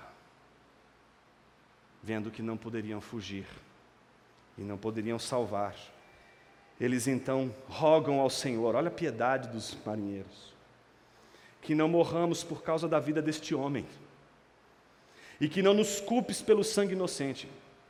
Vendo que não poderiam fugir e não poderiam salvar, eles então rogam ao Senhor, olha a piedade dos marinheiros, que não morramos por causa da vida deste homem, e que não nos culpes pelo sangue inocente.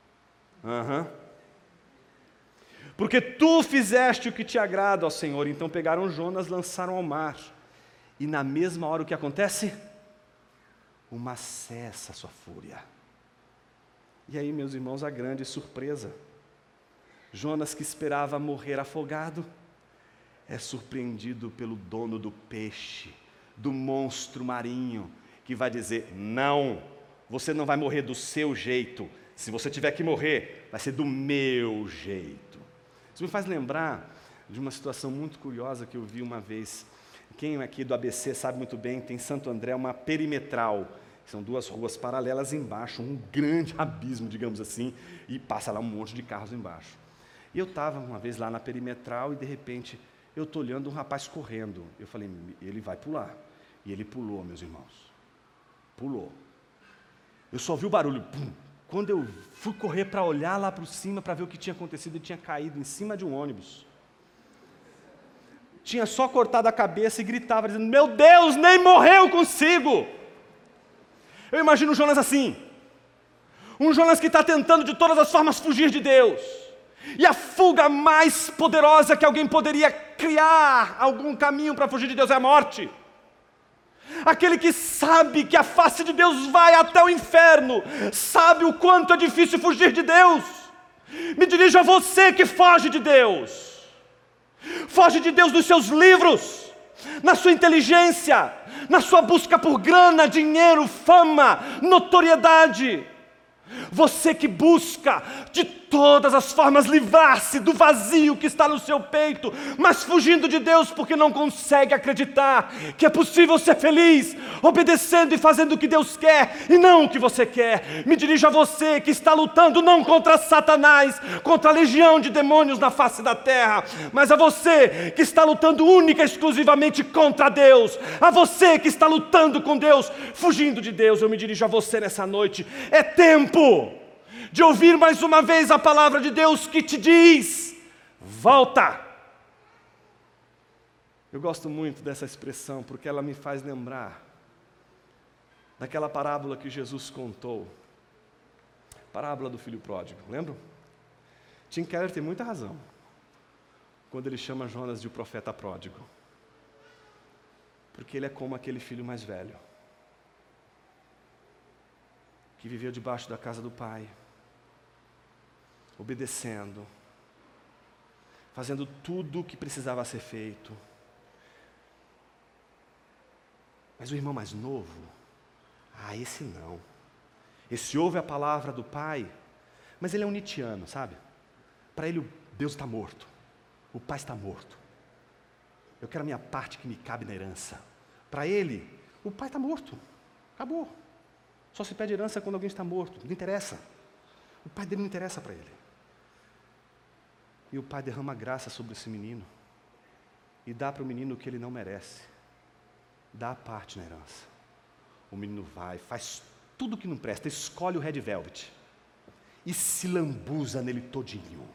Porque tu fizeste o que te agrada, ó Senhor. Então pegaram Jonas, lançaram ao mar. E na mesma hora o que acontece? O mar cessa a sua fúria. E aí, meus irmãos, a grande surpresa. Jonas, que esperava morrer afogado, é surpreendido pelo dono do peixe, do monstro marinho, que vai dizer, não, você não vai morrer do seu jeito. Se você tiver que morrer, vai ser do meu jeito. Isso me faz lembrar de uma situação muito curiosa que eu vi uma vez. Quem aqui do ABC sabe muito bem, tem Santo André, uma perimetral. São duas ruas paralelas embaixo, um grande abismo, digamos assim, e passa lá um monte de carros embaixo. E eu estava uma vez lá na perimetral e de repente eu estou olhando um rapaz correndo. Eu falei, ele vai pular. E ele pulou, meus irmãos. Pulou. Eu só vi o barulho, pum, Quando eu fui correr para olhar lá para cima, para ver o que tinha acontecido, ele tinha caído em cima de um ônibus. Tinha só cortado a cabeça e gritava, dizendo, meu Deus, nem morreu consigo. Eu imagino o Jonas assim, um Jonas que está tentando de todas as formas fugir de Deus, e a fuga mais poderosa que alguém poderia criar, algum caminho para fugir de Deus é a morte. Aquele que sabe que a face de Deus vai até o inferno, sabe o quanto é difícil fugir de Deus. Me dirijo a você que foge de Deus. Foge de Deus nos seus livros, na sua inteligência, na sua busca por grana, dinheiro, fama, notoriedade. Você que busca de todas as formas livrar-se do vazio que está no seu peito, mas fugindo de Deus porque não consegue acreditar que é possível ser feliz, obedecendo e fazendo o que Deus quer e não o que você quer. Me dirijo a você que está lutando não contra Satanás, contra a legião de demônios na face da terra, mas a você que está lutando única e exclusivamente contra Deus, a você que está lutando com Deus, fugindo de Deus. Eu me dirijo a você nessa noite. É tempo de ouvir mais uma vez a palavra de Deus que te diz, volta. Eu gosto muito dessa expressão, porque ela me faz lembrar daquela parábola que Jesus contou, parábola do filho pródigo, lembram? Tim Keller tem muita razão, quando ele chama Jonas de o profeta pródigo, porque ele é como aquele filho mais velho, que viveu debaixo da casa do pai, obedecendo, fazendo tudo o que precisava ser feito. Mas o irmão mais novo, esse não. Esse ouve a palavra do pai, mas ele é um nietzschiano, sabe? Para ele, Deus está morto, o pai está morto. Eu quero a minha parte que me cabe na herança. Para ele, o pai está morto, acabou. Só se pede herança quando alguém está morto, não interessa. O pai dele não interessa para ele. E o pai derrama graça sobre esse menino e dá para o menino o que ele não merece. Dá a parte na herança. O menino vai, faz tudo que não presta, escolhe o Red Velvet e se lambuza nele todinho.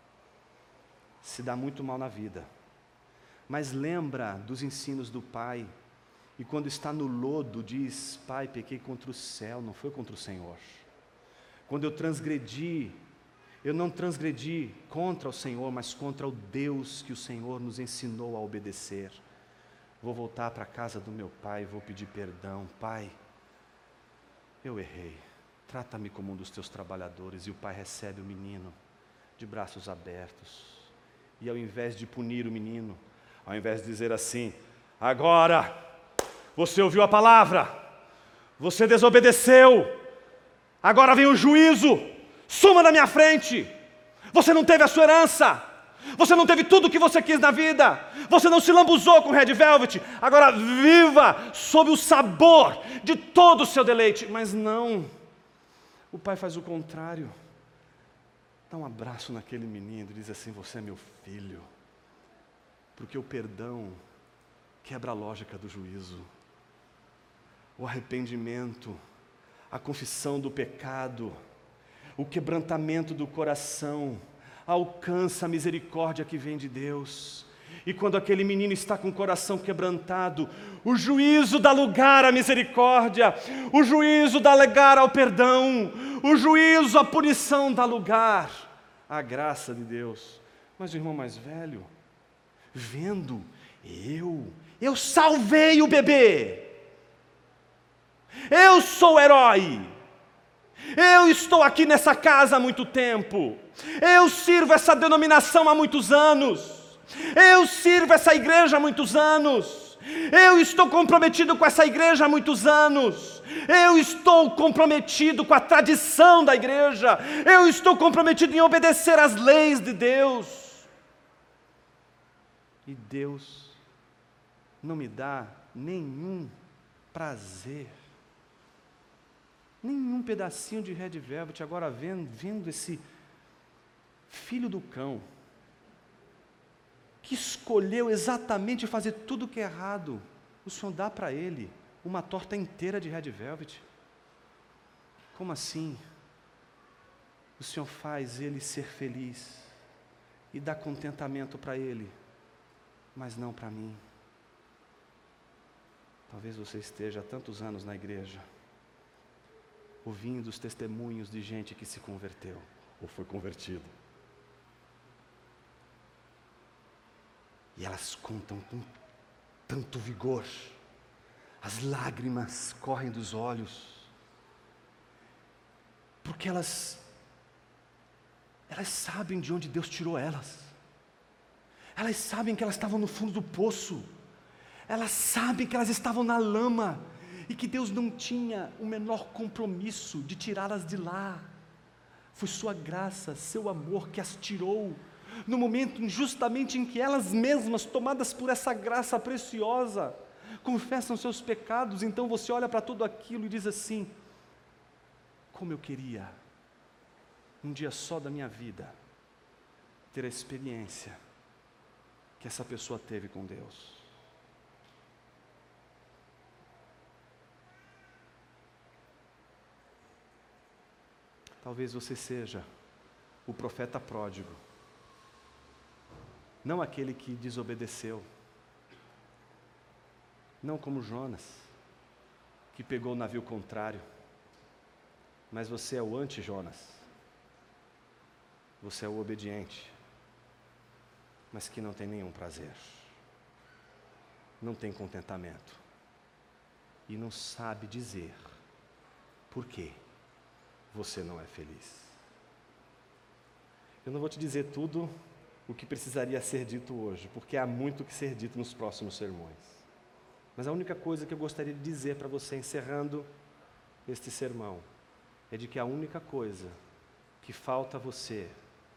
Se dá muito mal na vida, mas lembra dos ensinos do pai. E quando está no lodo, diz, pai, pequei contra o céu, não foi contra o Senhor. Quando eu transgredi, eu não transgredi contra o Senhor, mas contra o Deus que o Senhor nos ensinou a obedecer. Vou voltar para a casa do meu pai, vou pedir perdão. Pai, eu errei, trata-me como um dos teus trabalhadores. E o pai recebe o menino de braços abertos. E ao invés de punir o menino, ao invés de dizer assim, agora você ouviu a palavra, você desobedeceu, agora vem o juízo, suma da minha frente. Você não teve a sua herança, você não teve tudo o que você quis na vida, você não se lambuzou com Red Velvet, agora viva sob o sabor de todo o seu deleite. Mas não, o pai faz o contrário, dá um abraço naquele menino e diz assim, você é meu filho, porque o perdão quebra a lógica do juízo. O arrependimento, a confissão do pecado, o quebrantamento do coração, alcança a misericórdia que vem de Deus. E quando aquele menino está com o coração quebrantado, o juízo dá lugar à misericórdia, o juízo dá lugar ao perdão, o juízo, a punição dá lugar à graça de Deus. Mas o irmão mais velho, vendo, eu salvei o bebê, eu sou o herói, eu estou aqui nessa casa há muito tempo, eu sirvo essa denominação há muitos anos, eu sirvo essa igreja há muitos anos, eu estou comprometido com essa igreja há muitos anos, eu estou comprometido com a tradição da igreja, eu estou comprometido em obedecer às leis de Deus. E Deus não me dá nenhum prazer, nenhum pedacinho de Red Velvet, agora vendo esse filho do cão, que escolheu exatamente fazer tudo o que é errado, o Senhor dá para ele uma torta inteira de Red Velvet. Como assim? O Senhor faz ele ser feliz e dá contentamento para ele, mas não para mim. Talvez você esteja há tantos anos na igreja, ouvindo os testemunhos de gente que se converteu ou foi convertido. E elas contam com tanto vigor, as lágrimas correm dos olhos, porque elas sabem de onde Deus tirou elas. Elas sabem que elas estavam no fundo do poço. Elas sabem que elas estavam na lama e que Deus não tinha o menor compromisso de tirá-las de lá. Foi sua graça, seu amor que as tirou, no momento justamente em que elas mesmas, tomadas por essa graça preciosa, confessam seus pecados. Então você olha para tudo aquilo e diz assim: como eu queria, um dia só da minha vida, ter a experiência que essa pessoa teve com Deus. Talvez você seja o profeta pródigo, não aquele que desobedeceu, não como Jonas, que pegou o navio contrário, mas você é o anti-Jonas. Você é o obediente, mas que não tem nenhum prazer, não tem contentamento e não sabe dizer por que você não é feliz. Eu não vou te dizer tudo o que precisaria ser dito hoje, porque há muito que ser dito nos próximos sermões. Mas a única coisa que eu gostaria de dizer para você, encerrando este sermão, é de que a única coisa que falta a você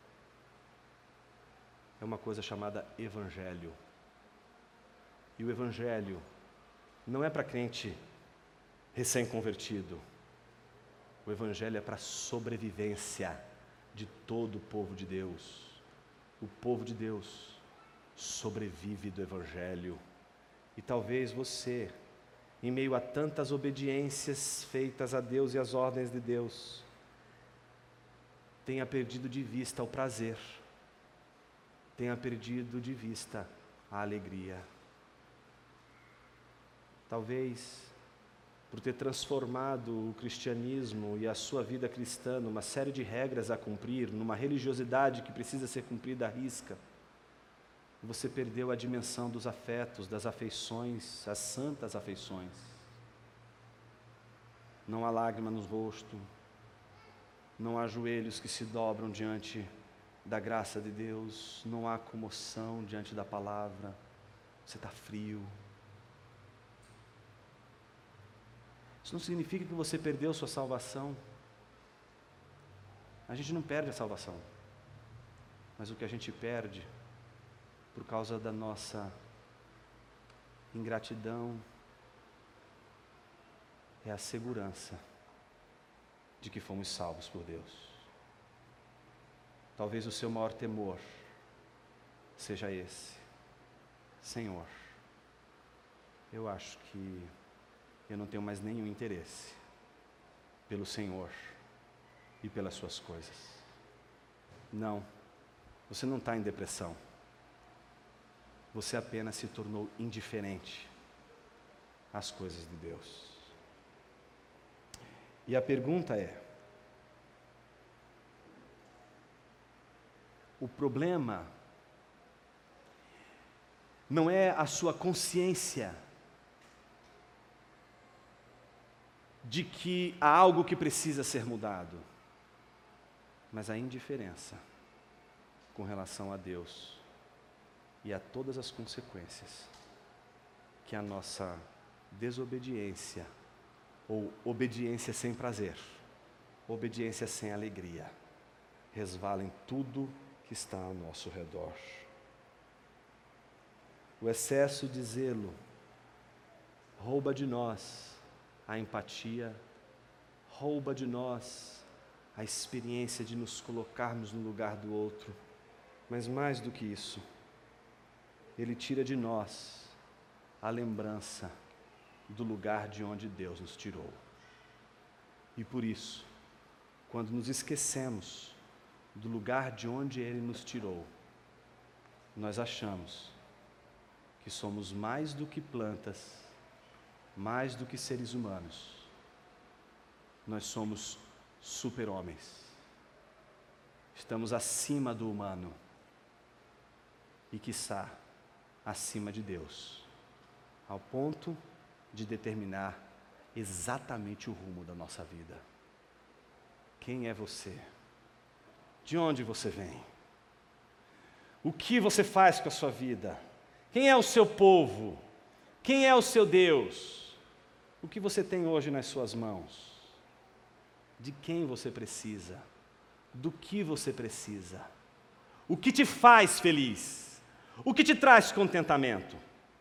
é uma coisa chamada Evangelho. E o Evangelho não é para crente recém-convertido. O Evangelho é para a sobrevivência de todo o povo de Deus. O povo de Deus sobrevive do Evangelho. E talvez você, em meio a tantas obediências feitas a Deus e às ordens de Deus, tenha perdido de vista o prazer, tenha perdido de vista a alegria. Talvez, por ter transformado o cristianismo e a sua vida cristã numa série de regras a cumprir, numa religiosidade que precisa ser cumprida à risca, você perdeu a dimensão dos afetos, das afeições, as santas afeições. Não há lágrima no rosto, não há joelhos que se dobram diante da graça de Deus, não há comoção diante da palavra, você está frio. Isso não significa que você perdeu sua salvação. A gente não perde a salvação, mas o que a gente perde, por causa da nossa ingratidão, é a segurança de que fomos salvos por Deus. Talvez o seu maior temor seja esse: Senhor, eu acho que eu não tenho mais nenhum interesse pelo Senhor e pelas suas coisas. Não, você não está em depressão. Você apenas se tornou indiferente às coisas de Deus. E a pergunta é: o problema não é a sua consciência de que há algo que precisa ser mudado, mas a indiferença com relação a Deus e a todas as consequências que a nossa desobediência, ou obediência sem prazer, obediência sem alegria, resvala em tudo que está ao nosso redor. O excesso de zelo rouba de nós a empatia, rouba de nós a experiência de nos colocarmos no lugar do outro, mas mais do que isso, ele tira de nós a lembrança do lugar de onde Deus nos tirou. E por isso, quando nos esquecemos do lugar de onde Ele nos tirou, nós achamos que somos mais do que plantas, mais do que seres humanos. Nós somos super-homens. Estamos acima do humano e, quiçá, acima de Deus, ao ponto de determinar exatamente o rumo da nossa vida. Quem é você? De onde você vem? O que você faz com a sua vida? Quem é o seu povo? Quem é o seu Deus? O que você tem hoje nas suas mãos? De quem você precisa? Do que você precisa? O que te faz feliz? O que te traz contentamento?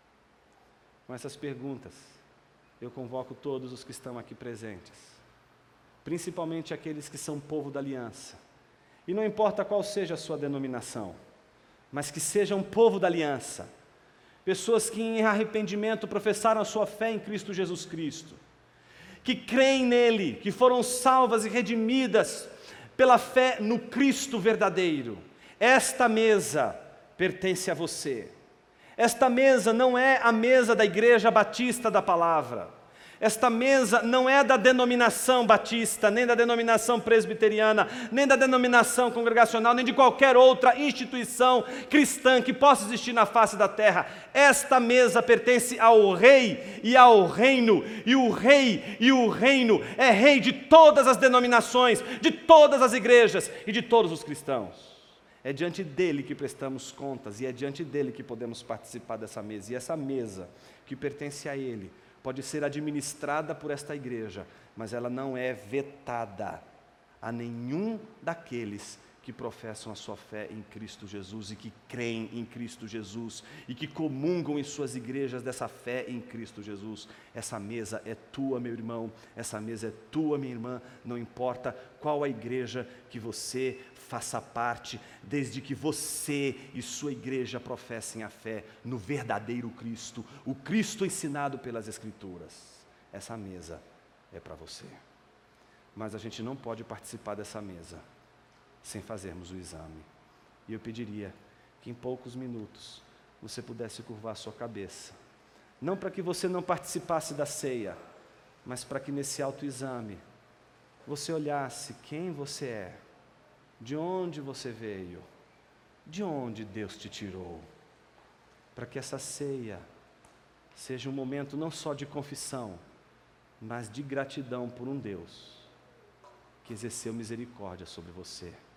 Com essas perguntas, eu convoco todos os que estão aqui presentes, principalmente aqueles que são povo da aliança. E não importa qual seja a sua denominação, mas que sejam povo da aliança, pessoas que em arrependimento professaram a sua fé em Cristo Jesus Cristo, que creem nele, que foram salvas e redimidas pela fé no Cristo verdadeiro. Esta mesa pertence a você. Esta mesa não é a mesa da Igreja Batista da Palavra. Esta mesa não é da denominação batista, nem da denominação presbiteriana, nem da denominação congregacional, nem de qualquer outra instituição cristã que possa existir na face da terra. Esta mesa pertence ao Rei e ao Reino, e o Rei e o Reino é Rei de todas as denominações, de todas as igrejas e de todos os cristãos. É diante dele que prestamos contas, e é diante dele que podemos participar dessa mesa. E essa mesa que pertence a ele pode ser administrada por esta igreja, mas ela não é vetada a nenhum daqueles que professam a sua fé em Cristo Jesus e que creem em Cristo Jesus e que comungam em suas igrejas dessa fé em Cristo Jesus. Essa mesa é tua, meu irmão, essa mesa é tua, minha irmã, não importa qual a igreja que você faça parte, desde que você e sua igreja professem a fé no verdadeiro Cristo, o Cristo ensinado pelas Escrituras. Essa mesa é para você. Mas a gente não pode participar dessa mesa sem fazermos o exame. E eu pediria que em poucos minutos você pudesse curvar a sua cabeça. Não para que você não participasse da ceia, mas para que nesse autoexame você olhasse quem você é, de onde você veio, de onde Deus te tirou, para que essa ceia seja um momento não só de confissão, mas de gratidão por um Deus que exerceu misericórdia sobre você.